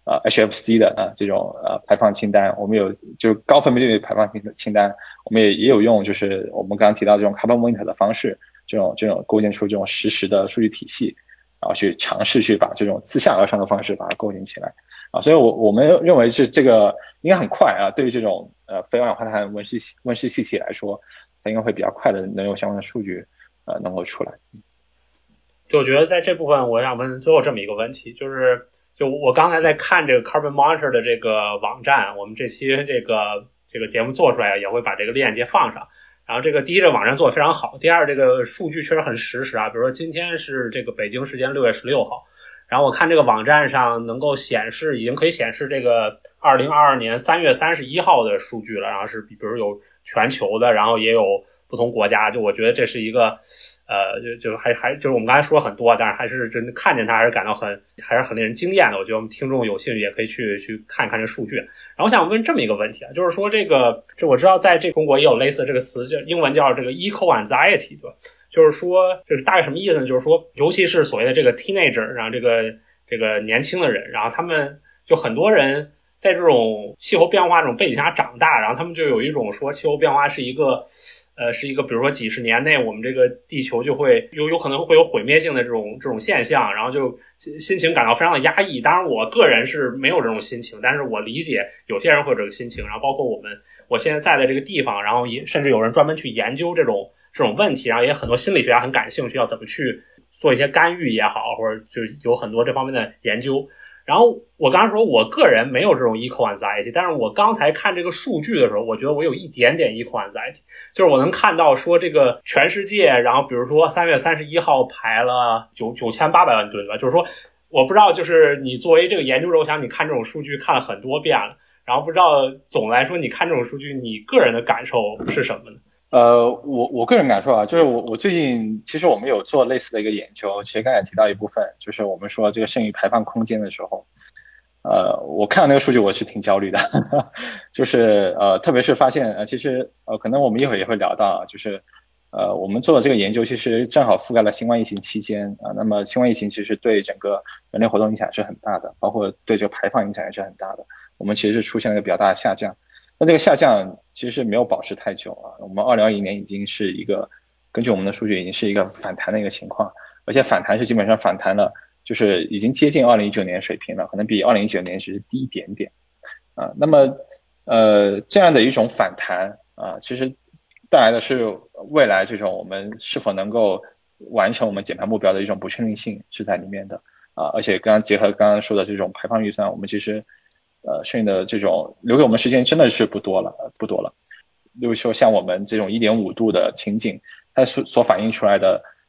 HFC 的这种排放清单，我们有就高分辨率排放清单，我们也有用就是我们刚刚提到这种 carbon monitor 的方式，这种构建出这种实时的数据体系，然后去尝试去把这种自下而上的方式把它构建起来啊，所以我们认为是这个应该很快啊，对于这种非二氧化碳温室气体来说，它应该会比较快的能有相关的数据能够出来。 就我觉得在这部分，我想问最后这么一个问题，就我刚才在看这个 Carbon Monitor 的这个网站，我们这期这个节目做出来也会把这个链接放上。然后这个第一，这个网站做得非常好；第二，这个数据确实很实时啊。比如说今天是这个北京时间6月16号，然后我看这个网站上能够显示，已经可以显示这个2022年3月31号的数据了。然后是比如有全球的，然后也有不同国家。就我觉得这是一个就是我们刚才说很多，但是还是真的看见它还是感到还是很令人惊艳的。我觉得我们听众有兴趣也可以去看看这数据。然后我想问这么一个问题啊，就是说这我知道在中国也有类似的这个词，就英文叫这个 eco anxiety， 对吧？就是说这是大概什么意思呢？就是说尤其是所谓的这个 teenager， 然后这个年轻的人，然后他们就很多人在这种气候变化这种背景下长大，然后他们就有一种说气候变化是一个比如说几十年内我们这个地球就会有可能会有毁灭性的这种现象，然后就心情感到非常的压抑。当然我个人是没有这种心情，但是我理解有些人会有这个心情，然后包括我现在在的这个地方，然后也甚至有人专门去研究这种问题，然后也很多心理学家很感兴趣要怎么去做一些干预也好，或者就有很多这方面的研究。然后我刚才说我个人没有这种 eco anxiety， 但是我刚才看这个数据的时候，我觉得我有一点点 eco anxiety， 就是我能看到说这个全世界，然后比如说3月31号排了9800万吨，对吧？就是说我不知道，就是你作为这个研究者，我想你看这种数据看了很多遍了，然后不知道总的来说你看这种数据你个人的感受是什么呢？ 我个人感受啊，就是我最近其实我们有做类似的一个研究，其实刚才提到一部分，就是我们说这个剩余排放空间的时候，我看到那个数据我是挺焦虑的，就是特别是发现其实可能我们一会儿也会聊到，就是我们做的这个研究其实正好覆盖了新冠疫情期间啊，那么新冠疫情其实对整个人类活动影响是很大的，包括对这个排放影响也是很大的，我们其实是出现了一个比较大的下降。那这个下降其实是没有保持太久啊，我们2021年已经是一个根据我们的数据已经是一个反弹的一个情况，而且反弹是基本上反弹了，就是已经接近2019年水平了，可能比2019年只是低一点点啊。那么这样的一种反弹啊，其实带来的是未来这种我们是否能够完成我们减排目标的一种不确定性是在里面的啊。而且结合刚刚说的这种排放预算，我们其实剩余的这种留给我们时间真的是不多了。例如说像我们这种1.5度的情景，它所反映出来的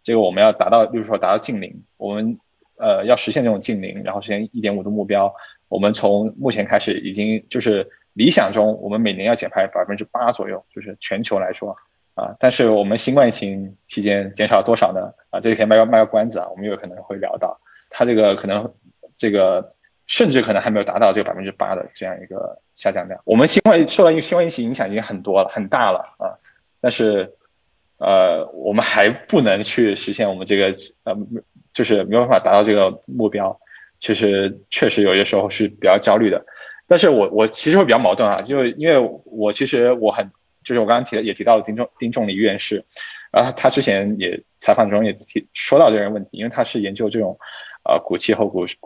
这个我们要达到，比如说达到净零，我们要实现这种净零，然后实现1.5度目标，我们从目前开始已经就是理想中，我们每年要减排8%左右，就是全球来说啊。但是我们新冠疫情期间减少了多少呢？啊，这个可以卖个关子啊，我们有可能会聊到，它这个可能这个甚至可能还没有达到这个8%的这样一个下降量。我们受到新冠疫情影响已经很多了，很大了啊，但是我们还不能去实现我们这个就是没有办法达到这个目标，其实确实有些时候是比较焦虑的。但是我其实会比较矛盾啊，就因为其实就是我刚刚也提到了丁仲礼院士，然后他之前也采访中也说到这个问题，因为他是研究这种古气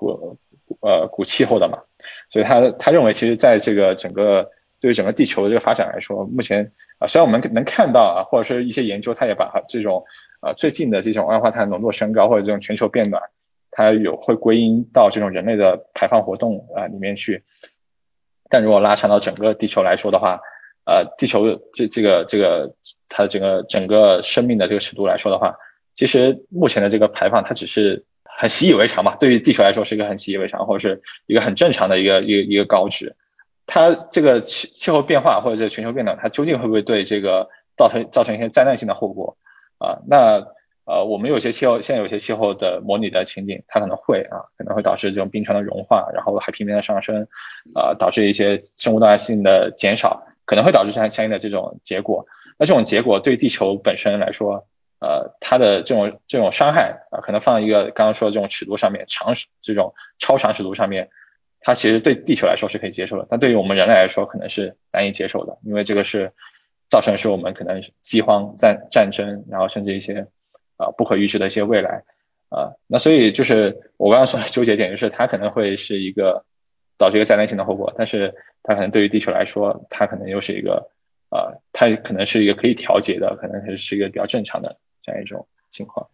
候的嘛，所以他认为其实在这个对于整个地球的这个发展来说，目前虽然我们能看到啊，或者是一些研究，它也把这种最近的这种二氧化碳浓度升高或者这种全球变暖，它会归因到这种人类的排放活动里面去。但如果拉长到整个地球来说的话，地球这个它的整个生命的这个尺度来说的话，其实目前的这个排放它只是很习以为常嘛，对于地球来说是一个很习以为常，或者是一个很正常的一个高值。它这个气候变化或者这个全球变暖，它究竟会不会对这个造成一些灾难性的后果啊？那我们现在有些气候的模拟的情景，它可能会导致这种冰川的融化，然后海平面的上升，导致一些生物多样性的减少，可能会导致相应的这种结果。那这种结果对地球本身来说，它的这种伤害可能放在一个刚刚说的这种尺度上面，这种超长尺度上面，它其实对地球来说是可以接受的，但对于我们人类来说可能是难以接受的，因为这个是造成是我们可能饥荒、战争，然后甚至一些不可预知的一些未来那所以就是我刚刚说的纠结点，就是它可能会是一个导致一个灾难性的后果，但是它可能对于地球来说，它可能又是一个它可能是一个可以调节的，可能是一个比较正常的这样一种情况。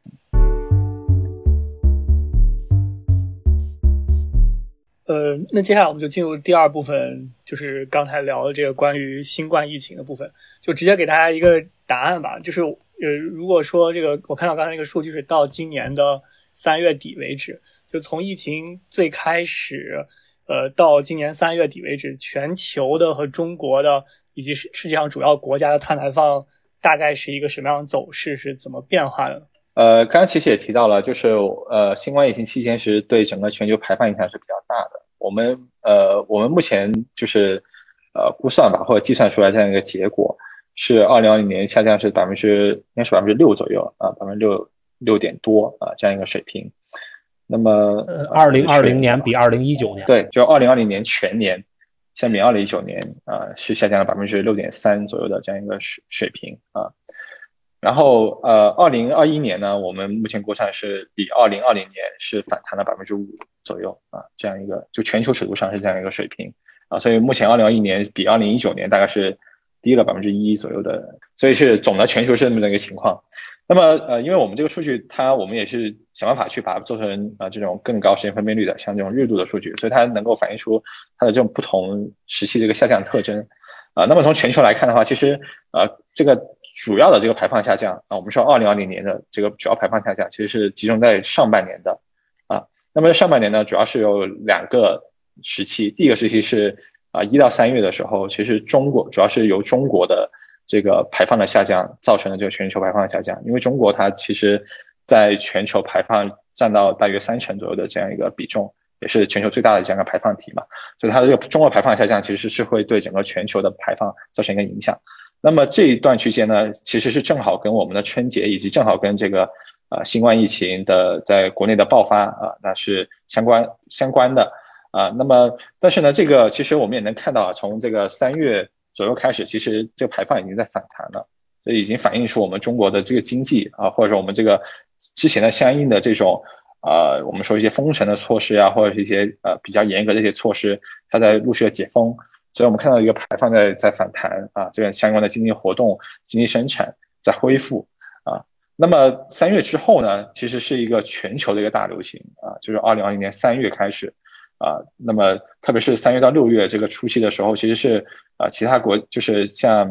那接下来我们就进入第二部分，就是刚才聊的这个关于新冠疫情的部分，就直接给大家一个答案吧。就是如果说这个，我看到刚才那个数据是到今年的3月底为止，就从疫情最开始，到今年3月底为止，全球的和中国的以及世界上主要国家的碳排放大概是一个什么样的走势，是怎么变化的呢？ 刚刚其实也提到了，就是新冠疫情期间其实对整个全球排放影响是比较大的。我们目前就是估算吧，或者计算出来这样一个结果，是2020年下降是应该是6%左右啊，6%点多啊这样一个水平。那么 2020年比2019年， 对，就2020年全年相比2019年是下降了6.3%左右的这样一个水平啊。然后2021年呢，我们目前估算是比2020年是反弹了5%左右啊，这样一个就全球尺度上是这样一个水平啊，所以目前2021年比2019年大概是低了1%左右的，所以是总的全球是这么的一个情况。那么因为我们这个数据我们也是想办法去把它做成这种更高时间分辨率的，像这种日度的数据，所以它能够反映出它的这种不同时期这个下降特征那么从全球来看的话，其实这个主要的这个排放下降我们说2020年的这个主要排放下降其实是集中在上半年的那么上半年呢，主要是有2个时期，第一个时期是1到3月的时候，其实主要是由中国的这个排放的下降造成的这个全球排放的下降，因为中国它其实在全球排放占到大约30%左右的这样一个比重，也是全球最大的这样一个排放体嘛，所以它的这个中国排放下降其实是会对整个全球的排放造成一个影响。那么这一段区间呢，其实是正好跟我们的春节以及正好跟这个新冠疫情的在国内的爆发那是相关的那么但是呢，这个其实我们也能看到从这个3月左右开始，其实这个排放已经在反弹了，所以已经反映出我们中国的这个经济或者说我们这个之前的相应的这种我们说一些封城的措施或者是一些比较严格的一些措施，它在陆续的解封。所以我们看到一个排放在反弹这个相关的经济活动、经济生产在恢复那么3月之后呢，其实是一个全球的一个大流行就是2020年3月开始那么特别是3月到6月这个初期的时候，其实是其他就是像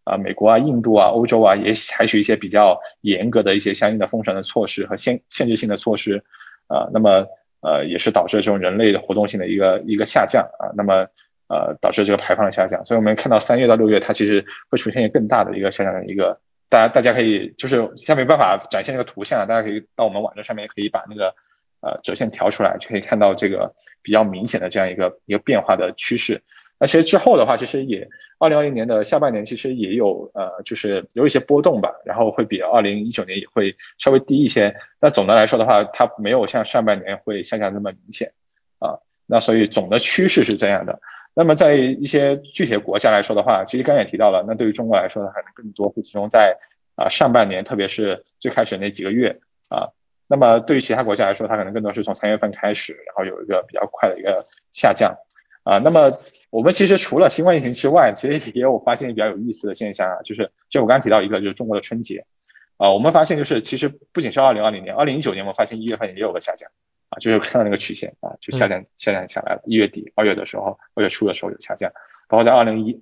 美国啊、印度啊、欧洲啊也采取一些比较严格的一些相应的封城的措施和限制性的措施那么也是导致这种人类的活动性的一个下降那么导致这个排放的下降。所以我们看到3月到6月它其实会出现一个更大的一个下降的一个，大家可以就是下面没办法展现这个图像，大家可以到我们网站上面可以把那个折线调出来，就可以看到这个比较明显的这样一个变化的趋势。那其实之后的话，其实也2020年的下半年其实也有就是有一些波动吧，然后会比2019年也会稍微低一些。但总的来说的话，它没有像上半年会下降那么明显那所以总的趋势是这样的。那么在一些具体的国家来说的话，其实刚才也提到了，那对于中国来说呢，可能更多会集中在上半年，特别是最开始那几个月那么对于其他国家来说，它可能更多是从3月份开始，然后有一个比较快的一个下降那么我们其实除了新冠疫情之外，其实也有发现比较有意思的现象就我刚刚提到一个就是中国的春节我们发现就是其实不仅是2020年，2019年我们发现1月份也有个下降就是看到那个曲线就下降下来了，1月底2月的时候2月初的时候有下降，包括在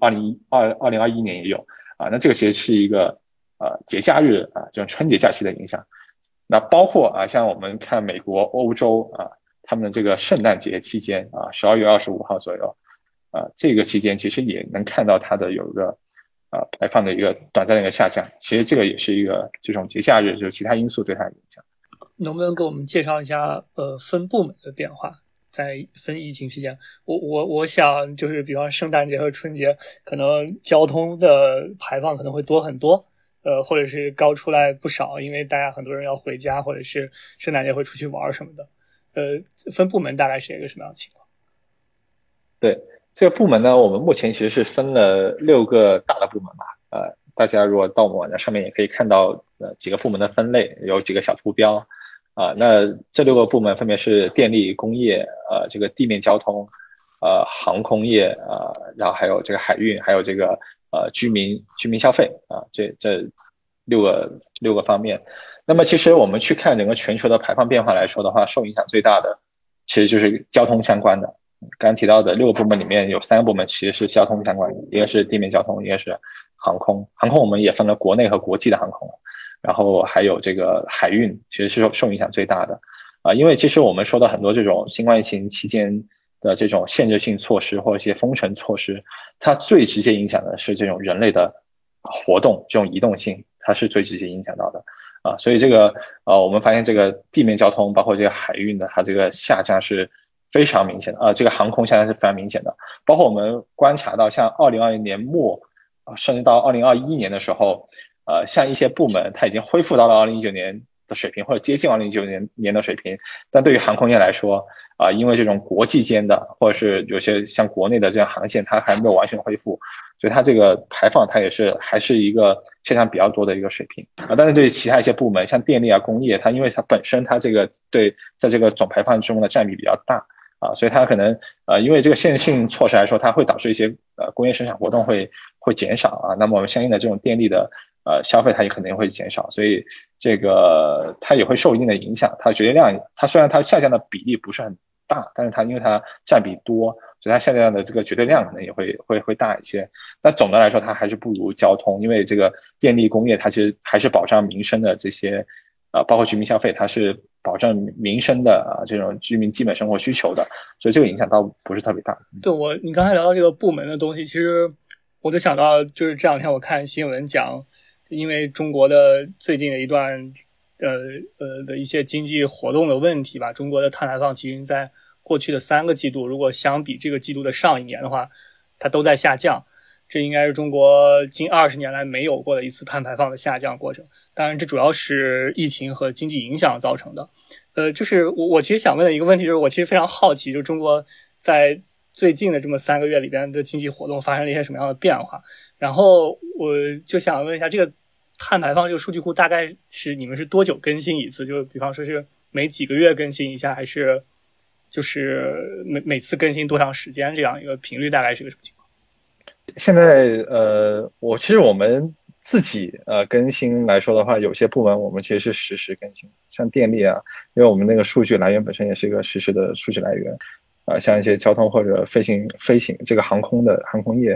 2021年也有那这个其实是一个节假日这种春节假期的影响。那包括像我们看美国、欧洲他们的这个圣诞节期间12月25号左右这个期间其实也能看到它的有一个排放的一个短暂的一个下降。其实这个也是一个这种节假日就是其他因素对它的影响。 能不能给我们介绍一下分部门的变化？在分疫情期间，我想就是比方圣诞节和春节，可能交通的排放可能会多很多。或者是高出来不少，因为大家很多人要回家，或者是圣诞节会出去玩什么的。分部门大概是一个什么样的情况？ 对，这个部门呢，我们目前其实是分了6个大的部门吧。大家如果到我们网站上面也可以看到几个部门的分类，有几个小图标那这6个部门分别是电力、工业这个地面交通航空业然后还有这个海运，还有这个居民消费这六个方面。那么其实我们去看整个全球的排放变化来说的话，受影响最大的其实就是交通相关的。刚刚提到的6个部门里面有3个部门其实是交通相关的，一个是地面交通，一个是航空。航空我们也分了国内和国际的航空，然后还有这个海运其实是受影响最大的因为其实我们说的很多这种新冠疫情期间的这种限制性措施或者一些封城措施，它最直接影响的是这种人类的活动，这种移动性它是最直接影响到的所以这个我们发现这个地面交通包括这个海运的它这个下降是非常明显的这个航空下降是非常明显的。包括我们观察到像2020年末甚至到2021年的时候像一些部门它已经恢复到了2019年的水平或者接近2019年的水平，但对于航空业来说因为这种国际间的或者是有些像国内的这样航线它还没有完全恢复，所以它这个排放它还是一个下降比较多的一个水平但是对于其他一些部门像电力工业，它因为它本身它这个在这个总排放中的占比比较大所以它可能因为这个限制性措施来说，它会导致一些工业生产活动会减少那么我们相应的这种电力的消费它也可能会减少，所以这个它也会受一定的影响。它绝对量它虽然它下降的比例不是很大，但是它因为它占比多，所以它下降的这个绝对量可能也会大一些。但总的来说它还是不如交通，因为这个电力工业它其实还是保障民生的这些包括居民消费，它是保障民生的这种居民基本生活需求的，所以这个影响倒不是特别大。 对你刚才聊到这个部门的东西，其实我就想到就是这两天我看新闻讲，因为中国的最近的一段的一些经济活动的问题吧，中国的碳排放其实在过去的3个季度，如果相比这个季度的上一年的话，它都在下降。这应该是中国近20年来没有过的一次碳排放的下降过程。当然，这主要是疫情和经济影响造成的。就是我其实想问的一个问题，就是我其实非常好奇，就是中国在最近的这么3个月里边的经济活动发生了一些什么样的变化？然后我就想问一下，这个碳排放这个数据库大概是你们是多久更新一次？就比方说是每几个月更新一下，还是就是每次更新多长时间这样一个频率大概是个什么情况？ 现在其实我们自己更新来说的话，有些部门我们其实是实时更新，像电力因为我们那个数据来源本身也是一个实时的数据来源像一些交通或者飞行这个航空业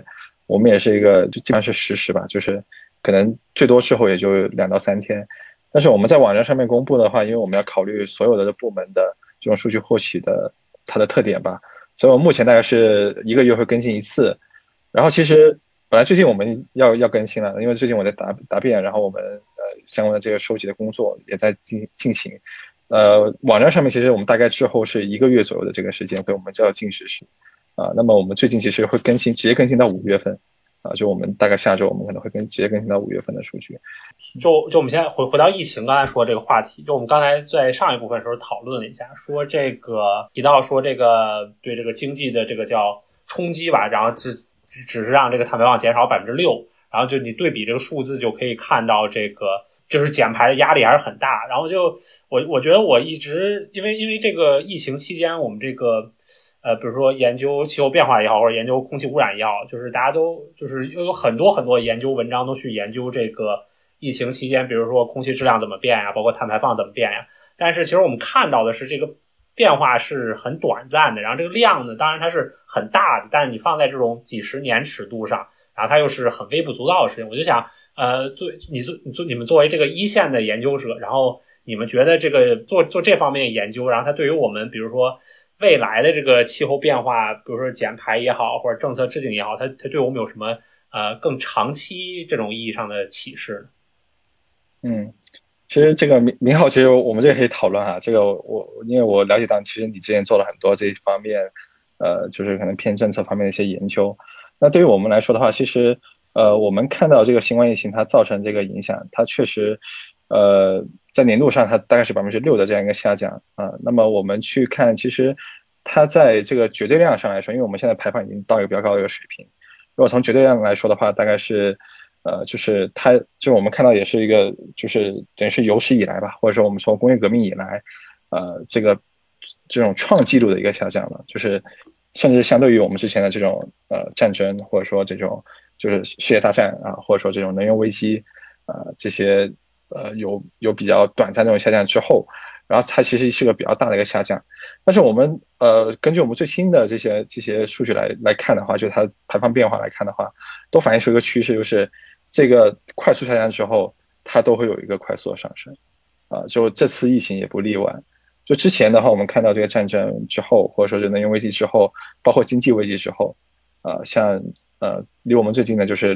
我们也是一个就基本上是实时吧，就是可能最多滞后也就2到3天。但是我们在网站上面公布的话，因为我们要考虑所有的部门的这种数据获取的它的特点吧，所以我目前大概是1个月会更新一次。然后其实本来最近我们要更新了，因为最近我在答辩，然后我们相关的这个收集的工作也在进行。网站上面其实我们大概之后是1个月左右的这个时间会我们就要进实时那么我们最近其实会直接更新到5月份就我们大概下周我们可能会直接更新到5月份的数据。 就我们现在回到疫情刚才说这个话题，就我们刚才在上一部分的时候讨论了一下，说这个提到说这个对这个经济的这个叫冲击吧，然后只是让这个碳排放减少6%，然后就你对比这个数字就可以看到这个就是减排的压力还是很大。然后就我觉得我一直因为这个疫情期间我们这个比如说研究气候变化也好，或者研究空气污染也好，就是大家都就是有很多很多研究文章都去研究这个疫情期间，比如说空气质量怎么变呀，包括碳排放怎么变呀。但是其实我们看到的是这个变化是很短暂的，然后这个量呢，当然它是很大的，但是你放在这种几十年尺度上，然后它又是很微不足道的事情。我就想，你们作为这个一线的研究者，然后你们觉得这个做这方面的研究，然后它对于我们，比如说未来的这个气候变化，比如说减排也好，或者政策制定也好，它对我们有什么更长期这种意义上的启示呢？ 其实这个明浩，其实我们这个可以讨论哈。这个因为我了解到，其实你之前做了很多这一方面，就是可能偏政策方面的一些研究。那对于我们来说的话，其实我们看到这个新冠疫情它造成这个影响，它确实在年度上它大概是6%的这样一个下降那么我们去看，其实它在这个绝对量上来说，因为我们现在排放已经到一个比较高的一个水平，如果从绝对量来说的话，大概是。就是它，就我们看到也是一个，就是等于是有史以来吧，或者说我们从工业革命以来，这种创纪录的一个下降了，就是甚至相对于我们之前的这种战争，或者说这种就是世界大战或者说这种能源危机这些有比较短暂这种下降之后，然后它其实是个比较大的一个下降。但是我们根据我们最新的这些数据来看的话，就是它排放变化来看的话，都反映出一个趋势，就是这个快速下降之后，它都会有一个快速的上升就这次疫情也不例外。就之前的话，我们看到这个战争之后，或者说是能源危机之后，包括经济危机之后像离我们最近的就是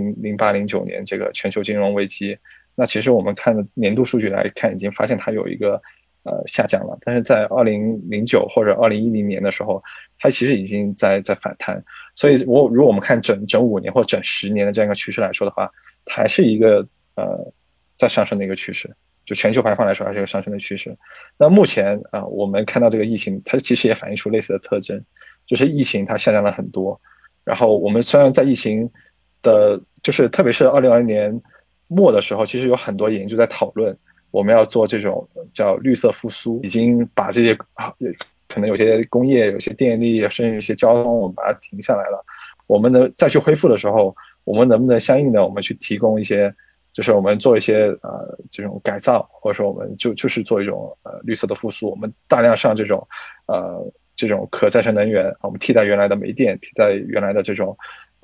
08、09年这个全球金融危机。那其实我们看年度数据来看，已经发现它有一个下降了，但是在2009或者2010年的时候，它其实已经在反弹。所以如果我们看整5年或整10年的这样一个趋势来说的话，它还是一个在上升的一个趋势，就全球排放来说还是一个上升的趋势。那目前我们看到这个疫情，它其实也反映出类似的特征，就是疫情它下降了很多。然后我们虽然在疫情的，就是特别是2020年末的时候，其实有很多研究在讨论我们要做这种叫绿色复苏，已经把这些可能有些工业、有些电力，甚至有些交通，我们把它停下来了。我们能再去恢复的时候，我们能不能相应的我们去提供一些，就是我们做一些这种改造，或者说我们就是做一种绿色的复苏，我们大量上这种可再生能源，我们替代原来的煤电，替代原来的这种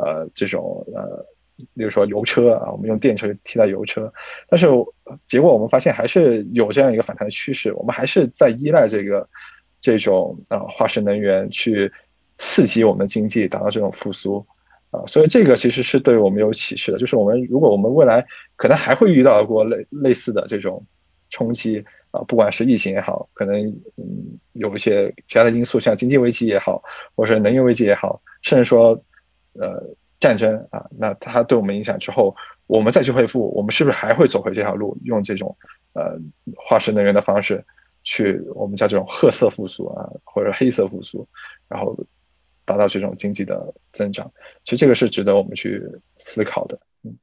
比如说油车我们用电车替代油车，但是结果我们发现还是有这样一个反弹的趋势，我们还是在依赖这种化石能源去刺激我们的经济，达到这种复苏所以这个其实是对我们有启示的，就是如果我们未来可能还会遇到过类似的这种冲击不管是疫情也好，可能有一些其他的因素，像经济危机也好，或者是能源危机也好，甚至说战争那它对我们影响之后，我们再去恢复，我们是不是还会走回这条路，用这种化石能源的方式去我们叫这种褐色复苏或者黑色复苏，然后达到这种经济的增长。其实这个是值得我们去思考的。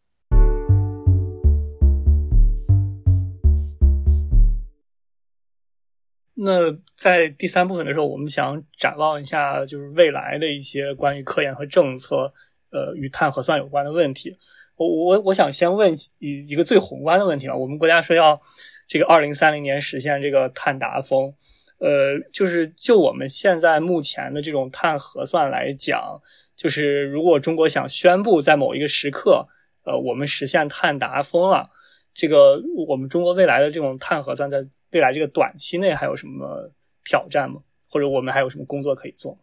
那在第3部分的时候，我们想展望一下就是未来的一些关于科研和政策与碳核算有关的问题。我想先问一个最宏观的问题我们国家说要这个2030年实现这个碳达峰就是就我们现在目前的这种碳核算来讲，就是如果中国想宣布在某一个时刻，我们实现碳达峰了，这个我们中国未来的这种碳核算在未来这个短期内还有什么挑战吗？或者我们还有什么工作可以做？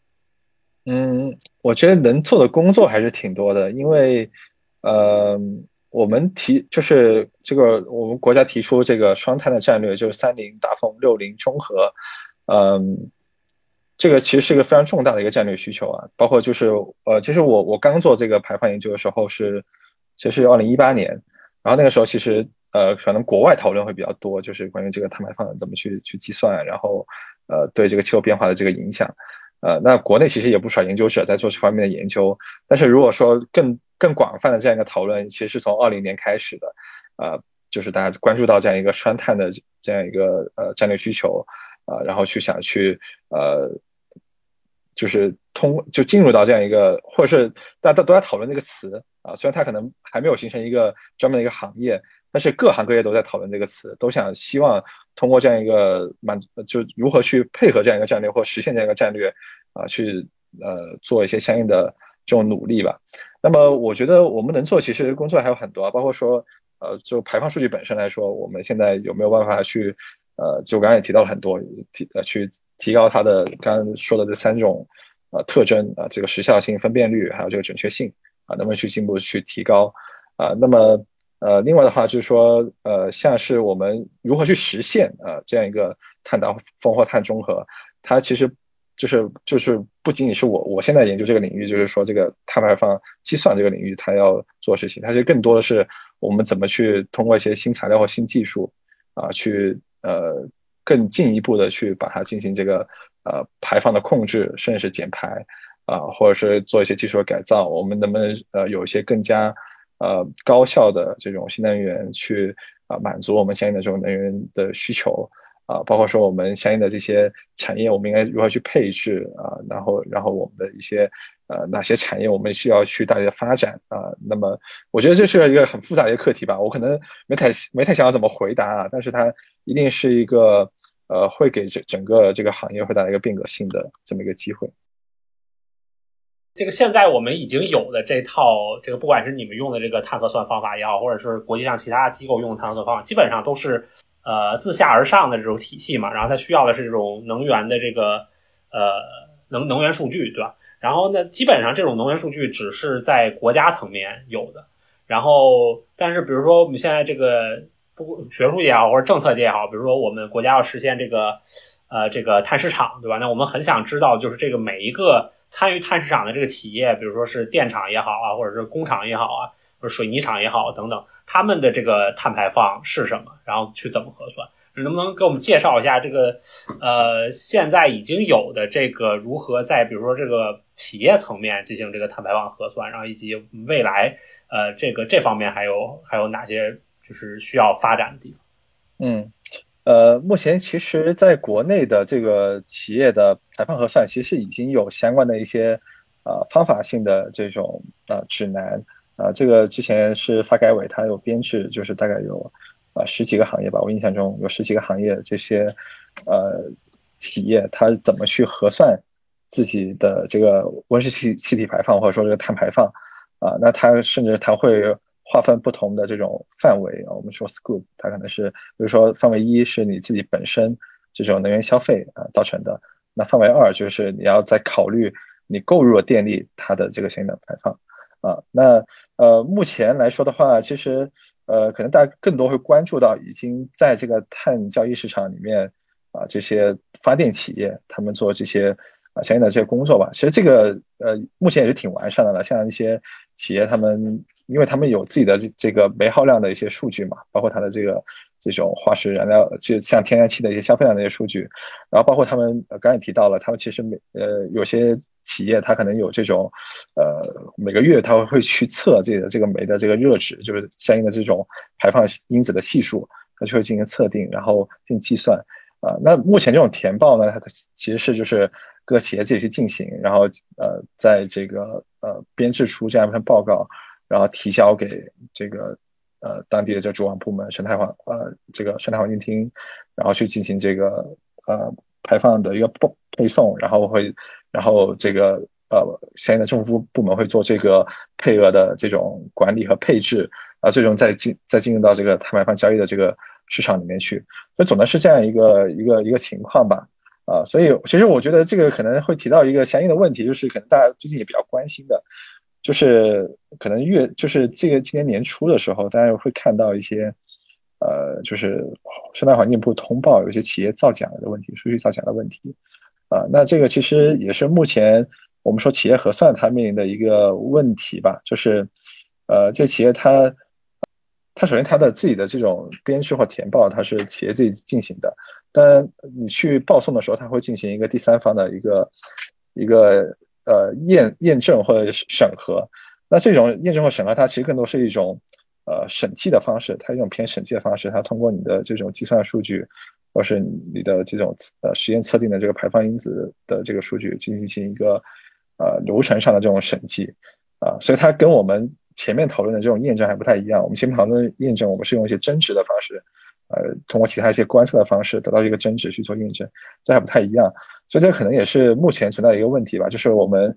我觉得能做的工作还是挺多的，因为我们就是这个我们国家提出这个双碳的战略，就是30达峰60中和，嗯，这个其实是一个非常重大的一个战略需求啊，包括就是其实我刚做这个排放研究的时候其实是2018年，然后那个时候其实可能国外讨论会比较多，就是关于这个碳排放怎么去计算，然后对这个气候变化的这个影响。那国内其实也不少研究者在做这方面的研究，但是如果说更广泛的这样一个讨论，其实是从20年开始的，就是大家关注到这样一个双碳的这样一个战略需求，然后想去就是就进入到这样一个，或者是大家都在讨论这个词啊，虽然它可能还没有形成一个专门的一个行业，但是各行各业都在讨论这个词，都希望通过这样一个就如何去配合这样一个战略或实现这样一个战略去做一些相应的这种努力吧。那么我觉得我们能做其实工作还有很多，包括说就排放数据本身来说，我们现在有没有办法去就刚刚也提到了很多去提高它的刚刚说的这3种特征这个时效性、分辨率还有这个准确性能不能去进一步去提高那么另外的话就是说像是我们如何去实现这样一个碳达峰或碳中和，它其实就是不仅仅是我现在研究这个领域，就是说这个碳排放计算这个领域它要做事情，它其实更多的是我们怎么去通过一些新材料或新技术去更进一步的去把它进行这个排放的控制，甚至是减排或者是做一些技术的改造，我们能不能有一些更加高效的这种新能源去满足我们相应的这种能源的需求包括说我们相应的这些产业，我们应该如何去配置然后我们的一些哪些产业我们需要去大力的发展那么我觉得这是一个很复杂的一个课题吧，我可能没太想要怎么回答但是它一定是一个会给整个这个行业会带来一个变革性的这么一个机会。 这个现在我们已经有的这套，这个不管是你们用的这个碳核算方法也好，或者是国际上其他机构用的碳核算方法，基本上都是自下而上的这种体系嘛，然后它需要的是这种能源的这个能源数据，对吧？然后呢，基本上这种能源数据只是在国家层面有的，然后但是比如说我们现在这个不学术界也好，或者政策界也好，比如说我们国家要实现这个碳市场，对吧？那我们很想知道，就是这个每一个参与碳市场的这个企业，比如说是电厂也好或者是工厂也好或者水泥厂也好等等，他们的这个碳排放是什么，然后去怎么核算？能不能给我们介绍一下这个现在已经有的这个如何在比如说这个企业层面进行这个碳排放核算，然后以及未来这方面还有哪些就是需要发展的地方？ 目前其实在国内的这个企业的排放核算，其实已经有相关的一些方法性的这种指南这个之前是发改委它有编制，就是大概有10几个行业吧，我印象中有10几个行业这些企业它怎么去核算自己的这个温室气体排放或者说这个碳排放那它甚至它会划分不同的这种范围我们说 scope， 它可能是比如说范围1是你自己本身这种能源消费造成的，那范围2就是你要再考虑你购入的电力它的这个相应的排放那目前来说的话，其实可能大家更多会关注到已经在这个碳交易市场里面这些发电企业他们做这些相应的这些工作吧。其实这个目前也是挺完善的了，像一些企业他们因为他们有自己的这个煤耗量的一些数据嘛，包括它的这种化石燃料，就像天然气的一些消费量的一些数据，然后包括他们刚才也提到了，他们其实有些企业它可能有这种每个月它会去测自己的这个煤的这个热值，就是相应的这种排放因子的系数，它就会进行测定，然后进行计算那目前这种填报呢，它其实是就是各个企业自己去进行，然后在这个编制出这样一份报告，然后提交给这个当地的这主管部门这个生态环境厅，然后去进行这个排放的一个配送，然后这个相应的政府部门会做这个配额的这种管理和配置最终再进入到这个碳排放交易的这个市场里面去。所以总的是这样一个情况吧。所以其实我觉得这个可能会提到一个相应的问题，就是可能大家最近也比较关心的，就是可能就是这个今年年初的时候，大家会看到一些就是生态环境部通报有一些企业造假的问题，数据造假的问题。那这个其实也是目前我们说企业核算它面临的一个问题吧，就是这企业它首先它的自己的这种编制或填报它是企业自己进行的，但你去报送的时候，它会进行一个第三方的一个验证或者审核。那这种验证或审核，它其实更多是一种审计的方式，它一种偏审计的方式，它通过你的这种计算数据，或是你的这种实验测定的这个排放因子的这个数据进行一个流程上的这种审计所以它跟我们前面讨论的这种验证还不太一样。我们前面讨论验证，我们是用一些真值的方式，通过其他一些观测的方式得到一个真值去做验证，这还不太一样。所以这可能也是目前存在的一个问题吧，就是我们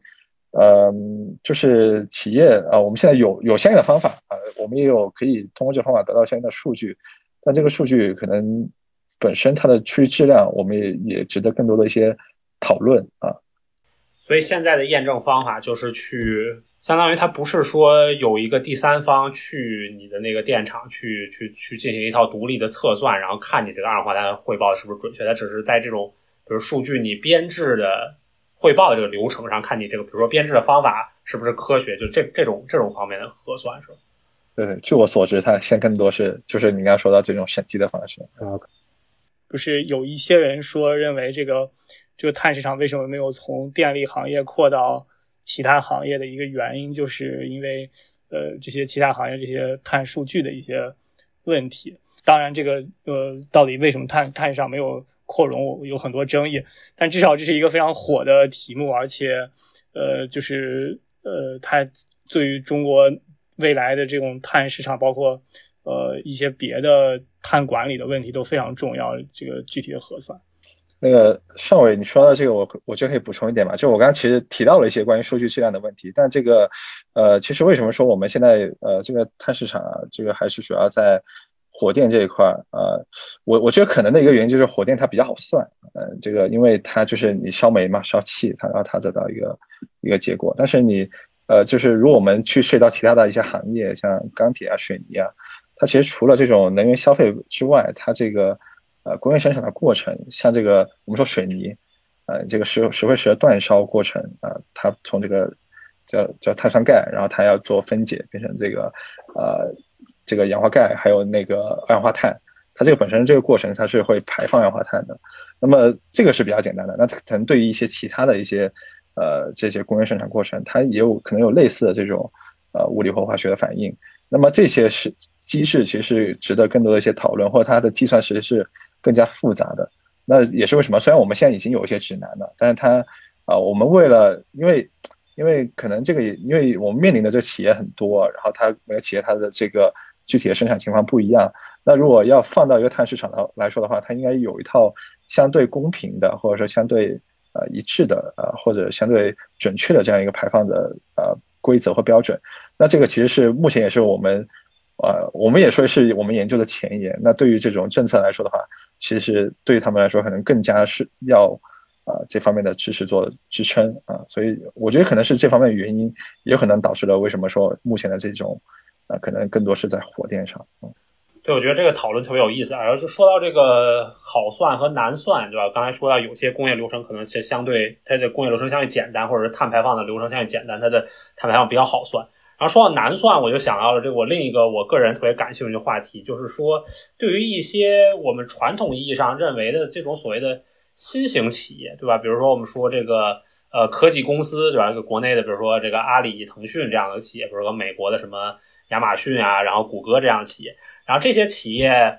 就是企业我们现在有相应的方法我们也有可以通过这个方法得到相应的数据，但这个数据可能本身它的数据质量，我们也值得更多的一些讨论所以现在的验证方法就是相当于它不是说有一个第三方去你的那个电厂去进行一套独立的测算，然后看你这个二氧化碳汇报是不是准确，它只是在这种比如数据你编制的汇报的这个流程上看你这个比如说编制的方法是不是科学，就这种方面的核算是吧？ 对，据我所知，它现在更多是就是你刚刚说到这种审计的方式就是有一些人认为这个碳市场为什么没有从电力行业扩到其他行业的一个原因，就是因为这些其他行业这些碳数据的一些问题。当然这个到底为什么碳市场没有扩容有很多争议，但至少这是一个非常火的题目，而且就是它对于中国未来的这种碳市场，包括一些别的碳管理的问题都非常重要，这个具体的核算。 那个尚伟，你说到这个，我就可以补充一点嘛，就我刚刚其实提到了一些关于数据质量的问题，但这个其实为什么说我们现在这个碳市场这个还是主要在火电这一块我觉得可能的一个原因就是火电它比较好算，这个因为它就是你烧煤嘛，烧气，然后它得到一个结果，但是你就是如果我们去涉及到其他的一些行业，像钢铁水泥它其实除了这种能源消费之外，它这个工业生产的过程，像这个我们说水泥，这个石灰石的断烧过程它从这个叫碳酸钙，然后它要做分解变成这个氧化钙，还有那个二氧化碳，它这个本身这个过程它是会排放二氧化碳的。那么这个是比较简单的，那可能对于一些其他的一些这些工业生产过程，它也可能有类似的这种物理或化学的反应。那么这些机制其实是值得更多的一些讨论，或者它的计算实是更加复杂的。那也是为什么虽然我们现在已经有一些指南了，但是它我们为了因为可能这个因为我们面临的这个企业很多，然后它每个企业它的这个具体的生产情况不一样，那如果要放到一个碳市场来说的话，它应该有一套相对公平的，或者说相对一致的或者相对准确的这样一个排放的规则或标准。那这个其实是目前也是我们也说是我们研究的前沿。那对于这种政策来说的话，其实对于他们来说可能更加是要这方面的知识做支撑所以我觉得可能是这方面的原因，也有可能导致了为什么说目前的这种可能更多是在火电上。 对，我觉得这个讨论特别有意思要是说到这个好算和难算，对吧？刚才说到有些工业流程可能其实相对它的工业流程相对简单，或者是碳排放的流程相对简单，它的碳排放比较好算。然后说到难算，我就想到了这个另一个我个人特别感兴趣的话题，就是说对于一些我们传统意义上认为的这种所谓的新型企业，对吧？比如说我们说这个科技公司，对吧？国内的比如说这个阿里、腾讯这样的企业，比如说美国的什么亚马逊然后谷歌这样的企业，然后这些企业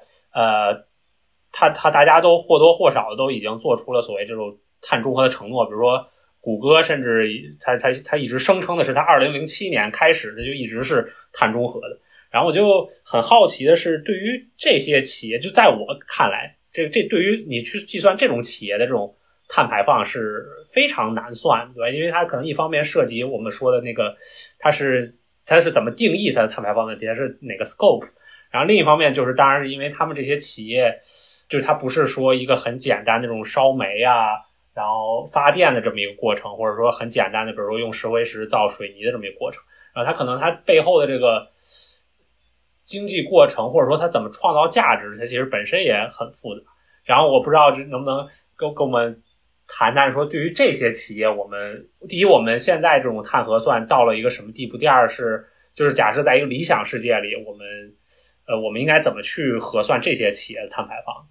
大家都或多或少的都已经做出了所谓这种碳中和的承诺，比如说谷歌甚至他一直声称的是他2007年开始这就一直是碳中和的。然后我就很好奇的是，对于这些企业，就在我看来，这对于你去计算这种企业的这种碳排放是非常难算，对吧？因为它可能一方面涉及我们说的那个它是怎么定义它的碳排放问题，它是哪个 scope， 然后另一方面就是当然是因为他们这些企业就是它不是说一个很简单的那种烧煤啊然后发电的这么一个过程，或者说很简单的比如说用石灰石造水泥的这么一个过程，然后它可能它背后的这个经济过程或者说它怎么创造价值，它其实本身也很复杂。然后我不知道能不能跟我们谈谈说，对于这些企业，第一我们现在这种碳核算到了一个什么地步，第二是就是假设在一个理想世界里，我们应该怎么去核算这些企业的碳排放？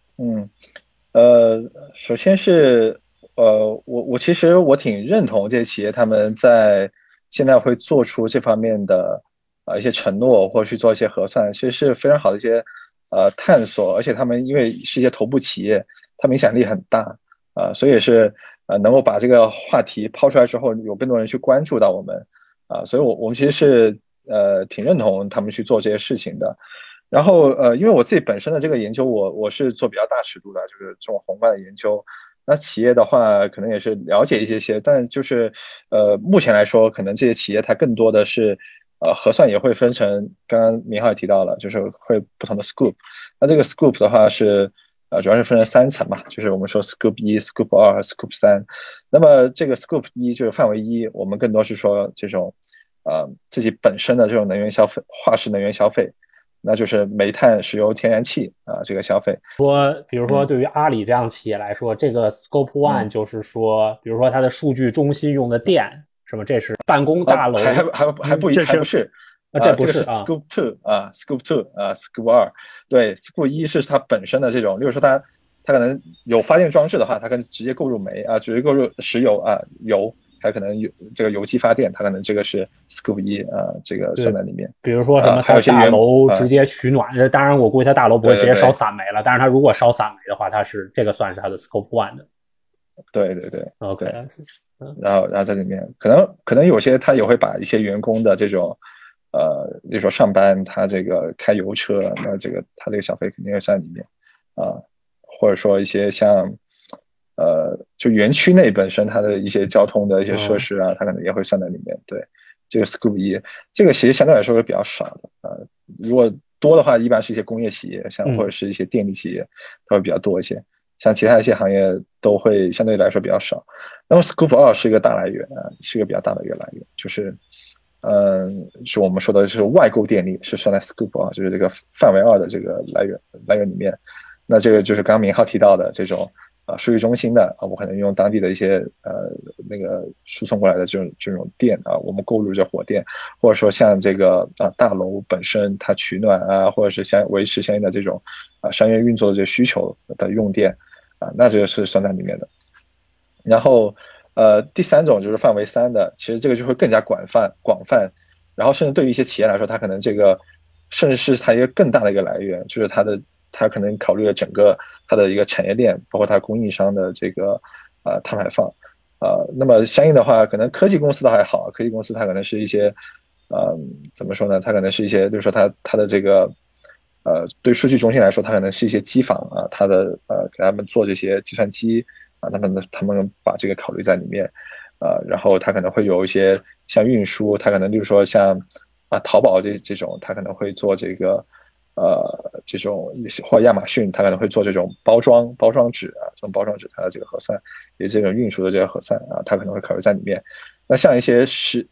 首先是我其实我挺认同这些企业他们在现在会做出这方面的一些承诺，或者去做一些核算，其实是非常好的一些探索，而且他们因为是一些头部企业，他们影响力很大所以也是能够把这个话题抛出来之后，有更多人去关注到我们所以我们其实是挺认同他们去做这些事情的。然后因为我自己本身的这个研究，我是做比较大尺度的，就是这种宏观的研究。那企业的话，可能也是了解一些，但就是目前来说，可能这些企业它更多的是核算也会分成，刚刚明浩也提到了，就是会不同的 scoop。那这个 scoop 的话是主要是分成3层嘛，就是我们说 scoop 1、scoop 2和 scoop 3。那么这个 scoop 1就是范围1，我们更多是说这种自己本身的这种能源消费，化石能源消费。那就是煤炭、石油、天然气这个消费。 比如说对于阿里这样企业来说，这个 Scope One 就是说，比如说它的数据中心用的电，什么这是办公大楼， 还不是这不是这个是 Scope 2 Scope 2 Scope 2，对 Scope 1是它本身的这种，例如说它可能有发电装置的话，它可能直接购入煤直接购入石油油。它可能有这个油气发电，它可能这个是 Scope 1这个算在里面。 比如说什么，它大楼直接取暖，当然我估计它大楼不会直接烧散煤了，但是它如果烧散煤的话，这个算是它的 Scope 1的。 对 ，OK， 然后在里面可能有些它也会把一些员工的这种比如说上班他这个开油车，那这个他这个小费肯定会算在里面或者说一些像。就园区内本身它的一些交通的一些设施它可能也会算在里面。对，这个 Scope 1，这个其实相对来说是比较少的如果多的话，一般是一些工业企业，像或者是一些电力企业，它会比较多一些。像其他一些行业都会相对来说比较少。那么 Scope 2是一个大来源是一个比较大的一个来源，就是是我们说的就是外购电力是算在 Scope 2，就是这个范围2的这个来源里面。那这个就是刚刚明浩提到的这种。数据中心的我可能用当地的一些那个输送过来的这种电我们购入这火电，或者说像这个大楼本身它取暖或者是维持相应的这种商业运作的这需求的用电那这个是算在里面的。然后第3种就是范围3的，其实这个就会更加广泛，然后甚至对于一些企业来说，它可能这个甚至是它一个更大的一个来源，就是它可能考虑了整个它的一个产业链，包括它供应商的这个碳排放那么相应的话，可能科技公司的还好，科技公司它可能是一些怎么说呢？它可能是一些，就是说它的这个对数据中心来说，它可能是一些机房它的给他们做这些计算机他们把这个考虑在里面然后它可能会有一些像运输，它可能例如说像淘宝这种，它可能会做这个。这种或亚马逊，它可能会做这种包装纸这种包装纸它的这个核算，也这种运输的这个核算它可能会考虑在里面。那像一些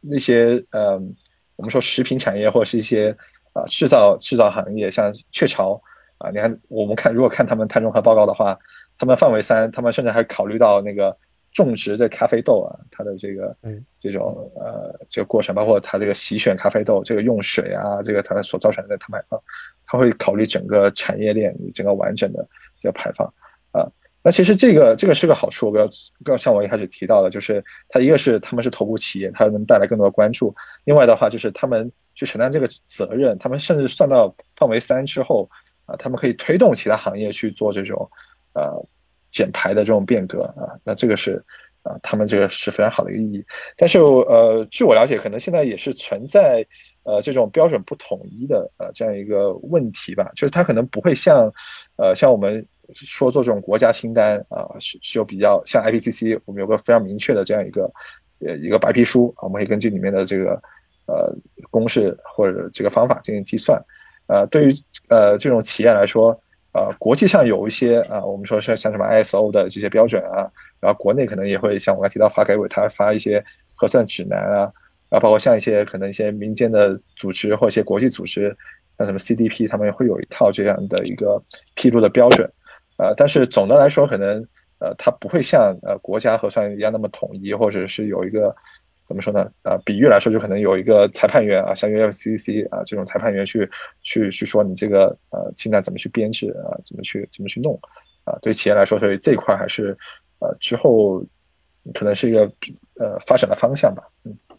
我们说食品产业或者是一些制造行业，像雀巢你看我们如果看他们碳中和报告的话，他们范围3，他们甚至还考虑到那个种植的咖啡豆它的这个这种这个过程，包括它这个洗选咖啡豆这个用水这个它所造成的碳排放，它会考虑整个产业链整个完整的这个排放那其实这个是个好处，像我一开始提到的，就是它一个是他们是头部企业，它能带来更多的关注；另外的话就是他们去承担这个责任，他们甚至算到范围3之后他们可以推动其他行业去做这种减排的这种变革那这个是他们这个是非常好的一个意义。但是据我了解，可能现在也是存在这种标准不统一的这样一个问题吧，就是它可能不会像我们说做这种国家清单是有比较像 IPCC 我们有个非常明确的这样一个白皮书我们可以根据里面的这个公式或者这个方法进行计算。对于这种企业来说，国际上有一些我们说是像什么 ISO 的这些标准然后国内可能也会像我刚才提到发改委，它发一些核算指南然后包括像可能一些民间的组织或一些国际组织，像什么 CDP， 他们也会有一套这样的一个披露的标准。但是总的来说，可能它不会像国家核算一样那么统一，或者是有一个怎么说呢？比喻来说，就可能有一个裁判员像 UFCCC 这种裁判员去说你这个清单怎么去编制怎么去弄对企业来说，所以这一块还是之后可能是一个发展的方向吧。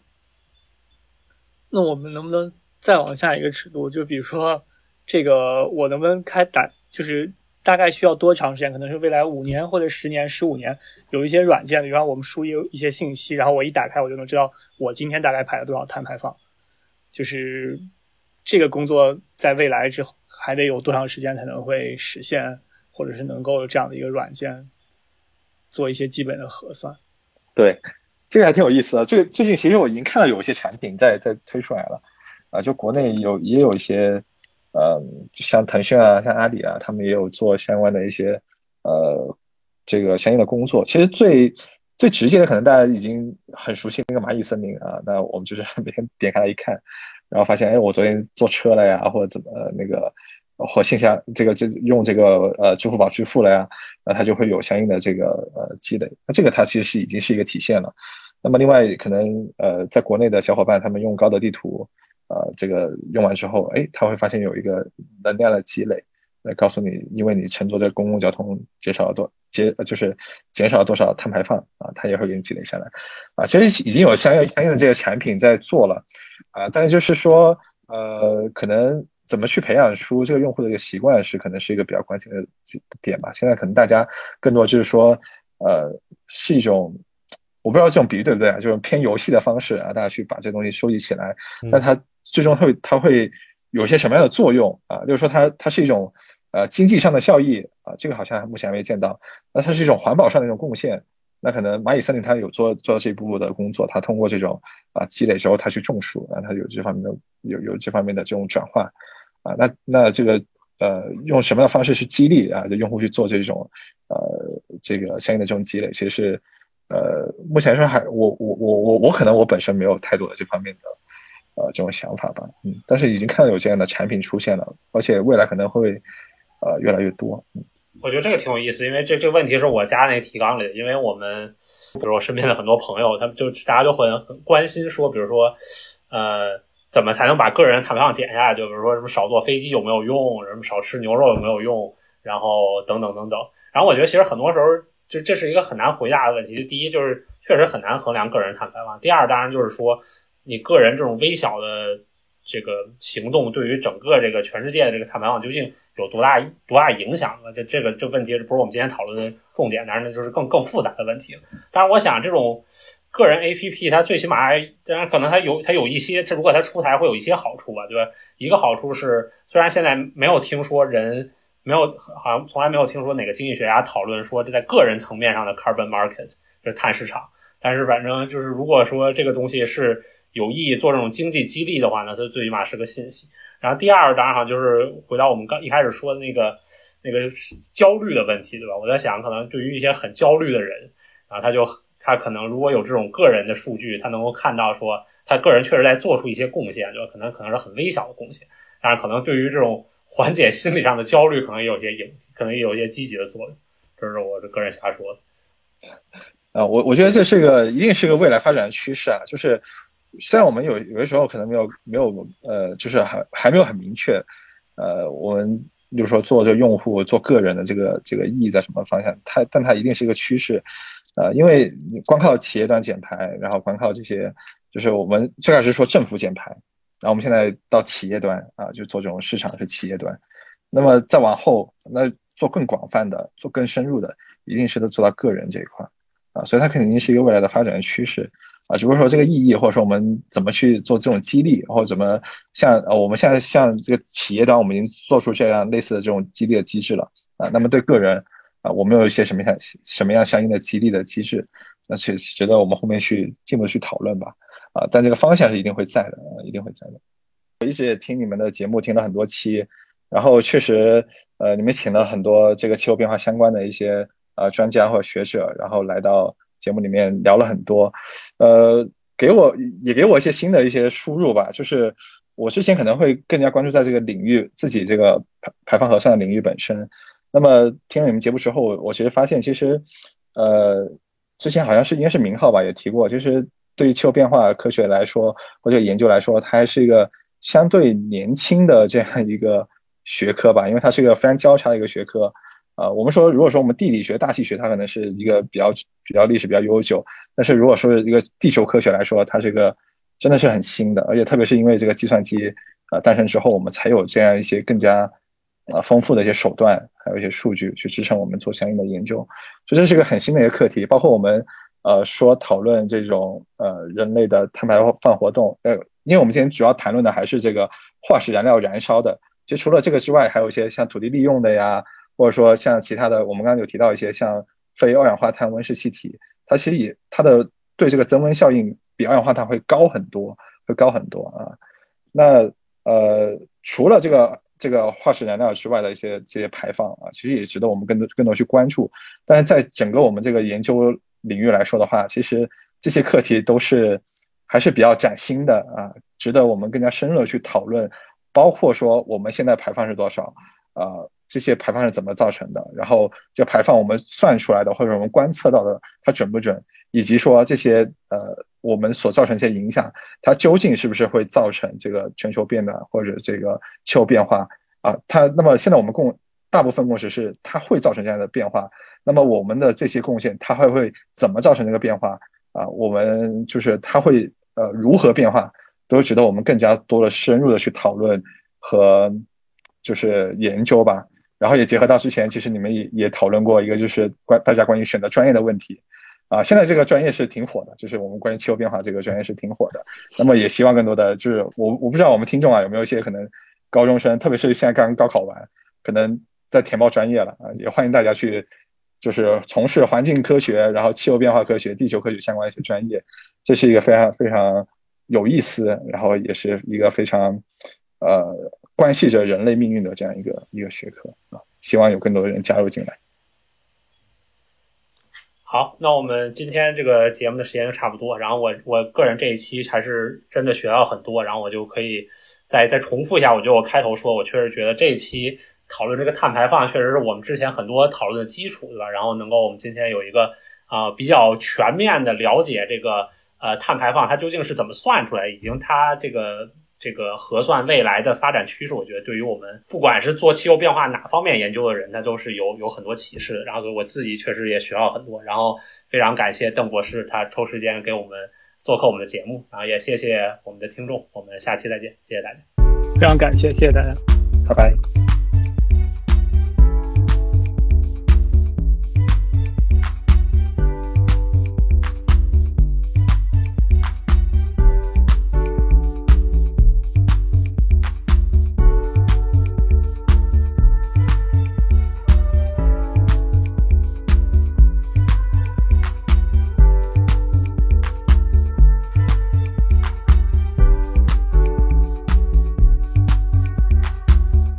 那我们能不能再往下一个尺度？就比如说这个，我能不能就是大概需要多长时间？可能是未来5年或者10年、15年，有一些软件，比方我们输入一些信息，然后我一打开，我就能知道我今天大概排了多少碳排放。就是这个工作在未来之后还得有多长时间才能会实现，或者是能够有这样的一个软件做一些基本的核算？ 对。这个还挺有意思的。最近其实我已经看到有一些产品在推出来了就国内也有一些像腾讯像阿里他们也有做相关的一些这个相应的工作。其实最直接的可能大家已经很熟悉那个蚂蚁森林那我们就是每天点开来一看，然后发现我昨天坐车了呀，或者怎么那个或线下这用这个支付宝支付了呀，它就会有相应的这个积累。那这个它其实已经是一个体现了。那么另外可能在国内的小伙伴他们用高德地图这个用完之后他会发现有一个能量的积累来告诉你，因为你乘坐这公共交通减少了多少碳排放它也会给你积累下来其实已经有相应的这些产品在做了但是就是说可能怎么去培养出这个用户的一个习惯可能是一个比较关键的点吧。现在可能大家更多就是说是一种，我不知道这种比喻对不对就是偏游戏的方式大家去把这东西收集起来但它最终它会有些什么样的作用就是说它是一种经济上的效益这个好像目前还没见到。那它是一种环保上的一种贡献，那可能蚂蚁森林它有做这一步步的工作，它通过这种积累之后它去种树它有这方面的这种转化那这个用什么样的方式去激励就用户去做这种这个相应的这种积累，其实是目前来说我可能我本身没有太多的这方面的这种想法吧但是已经看到有这样的产品出现了，而且未来可能会越来越多我觉得这个挺有意思，因为这个问题是我加那个提纲里的。因为我们比如我身边的很多朋友，他们大家都很关心说，比如说怎么才能把个人碳排放减下来，就比如说什么少坐飞机有没有用，什么少吃牛肉有没有用，然后等等等等。然后我觉得其实很多时候就这是一个很难回答的问题。就第一就是确实很难衡量个人碳排放，第二当然就是说你个人这种微小的这个行动对于整个这个全世界的这个碳排放究竟有多大影响呢？这问题不是我们今天讨论的重点，当然就是更复杂的问题了。当然我想这种个人 APP 它最起码当然可能它有一些，如果它出台会有一些好处吧，对吧？一个好处是虽然现在没有听说好像从来没有听说哪个经济学家讨论说这在个人层面上的 carbon market 就是碳市场，但是反正就是如果说这个东西是有意义做这种经济激励的话呢，它最起码是个信息。然后第二当然就是回到我们一开始说的那个焦虑的问题，对吧？我在想可能对于一些很焦虑的人他可能如果有这种个人的数据，他能够看到说他个人确实在做出一些贡献，就可能是很微小的贡献，当然可能对于这种缓解心理上的焦虑可能也有些积极的作用，这是我个人瞎说的。 我觉得这一定是个未来发展的趋势就是虽然我们有的时候可能没有就是还没有很明确我们比如说做这个用户做个人的这个意义在什么方向，但它一定是一个趋势因为你光靠企业端减排，然后光靠这些就是我们最开始说政府减排，然后我们现在到企业端就做这种市场是企业端，那么再往后那做更广泛的做更深入的一定是做到个人这一块所以它肯定是一个未来的发展的趋势只不过说这个意义或者说我们怎么去做这种激励，或者怎么像我们现在像这个企业端我们已经做出这样类似的这种激励的机制了那么对个人我们有一些什么样相应的激励的机制，那是值得我们后面进一步去讨论吧。但这个方向是一定会在的，一定会在的。我一直也听你们的节目，听了很多期，然后确实你们请了很多这个气候变化相关的一些专家或者学者，然后来到节目里面聊了很多，给我一些新的一些输入吧。就是我之前可能会更加关注在这个领域自己这个排放核算的领域本身，那么听了你们节目之后，我其实发现其实之前好像应该是明浩吧也提过，就是对于气候变化科学来说或者研究来说，它还是一个相对年轻的这样一个学科吧，因为它是一个非常交叉的一个学科。我们说，如果说我们地理学、大气学，它可能是一个比较历史比较悠久，但是如果说一个地球科学来说，它这个真的是很新的，而且特别是因为这个计算机诞生之后，我们才有这样一些更加丰富的一些手段，还有一些数据去支撑我们做相应的研究，所以这是一个很新的一个课题。包括我们讨论这种人类的碳排放活动，因为我们今天主要谈论的还是这个化石燃料燃烧的，其实除了这个之外，还有一些像土地利用的呀。或者说像其他的，我们刚刚有提到一些像非二氧化碳温室气体，它其实它的对这个增温效应比二氧化碳会高很多，啊。那除了这个化石燃料之外的这些排放啊，其实也值得我们更多去关注。但是在整个我们这个研究领域来说的话，其实这些课题还是比较崭新的啊，值得我们更加深入的去讨论，包括说我们现在排放是多少这些排放是怎么造成的？然后这排放我们算出来的或者我们观测到的它准不准？以及说这些我们所造成一些影响，它究竟是不是会造成这个全球变暖或者这个气候变化那么现在我们大部分共识是它会造成这样的变化。那么我们的这些贡献，它会怎么造成这个变化我们就是它会如何变化，都值得我们更加多的深入的去讨论和就是研究吧。然后也结合到之前，其实你们也讨论过一个，就是大家关于选择专业的问题现在这个专业是挺火的，就是我们关于气候变化这个专业是挺火的。那么也希望更多的就是我不知道我们听众有没有一些可能高中生，特别是现在刚刚高考完，可能在填报专业了也欢迎大家去就是从事环境科学，然后气候变化科学、地球科学相关的一些专业，这是一个非常非常有意思，然后也是一个非常关系着人类命运的这样一个学科希望有更多的人加入进来。 好，那我们今天这个节目的时间就差不多，然后我个人这一期还是真的学到很多，然后我就可以再重复一下，我觉得我开头说，我确实觉得这一期讨论这个碳排放确实是我们之前很多讨论的基础，对吧？然后能够我们今天有一个比较全面的了解这个碳排放它究竟是怎么算出来，以及它这个核算未来的发展趋势，我觉得对于我们不管是做气候变化哪方面研究的人，它都是有很多启示的。然后我自己确实也学到很多，然后非常感谢邓博士他抽时间给我们做客我们的节目，然后也谢谢我们的听众，我们下期再见，谢谢大家。 非常感谢，谢谢大家， 拜拜。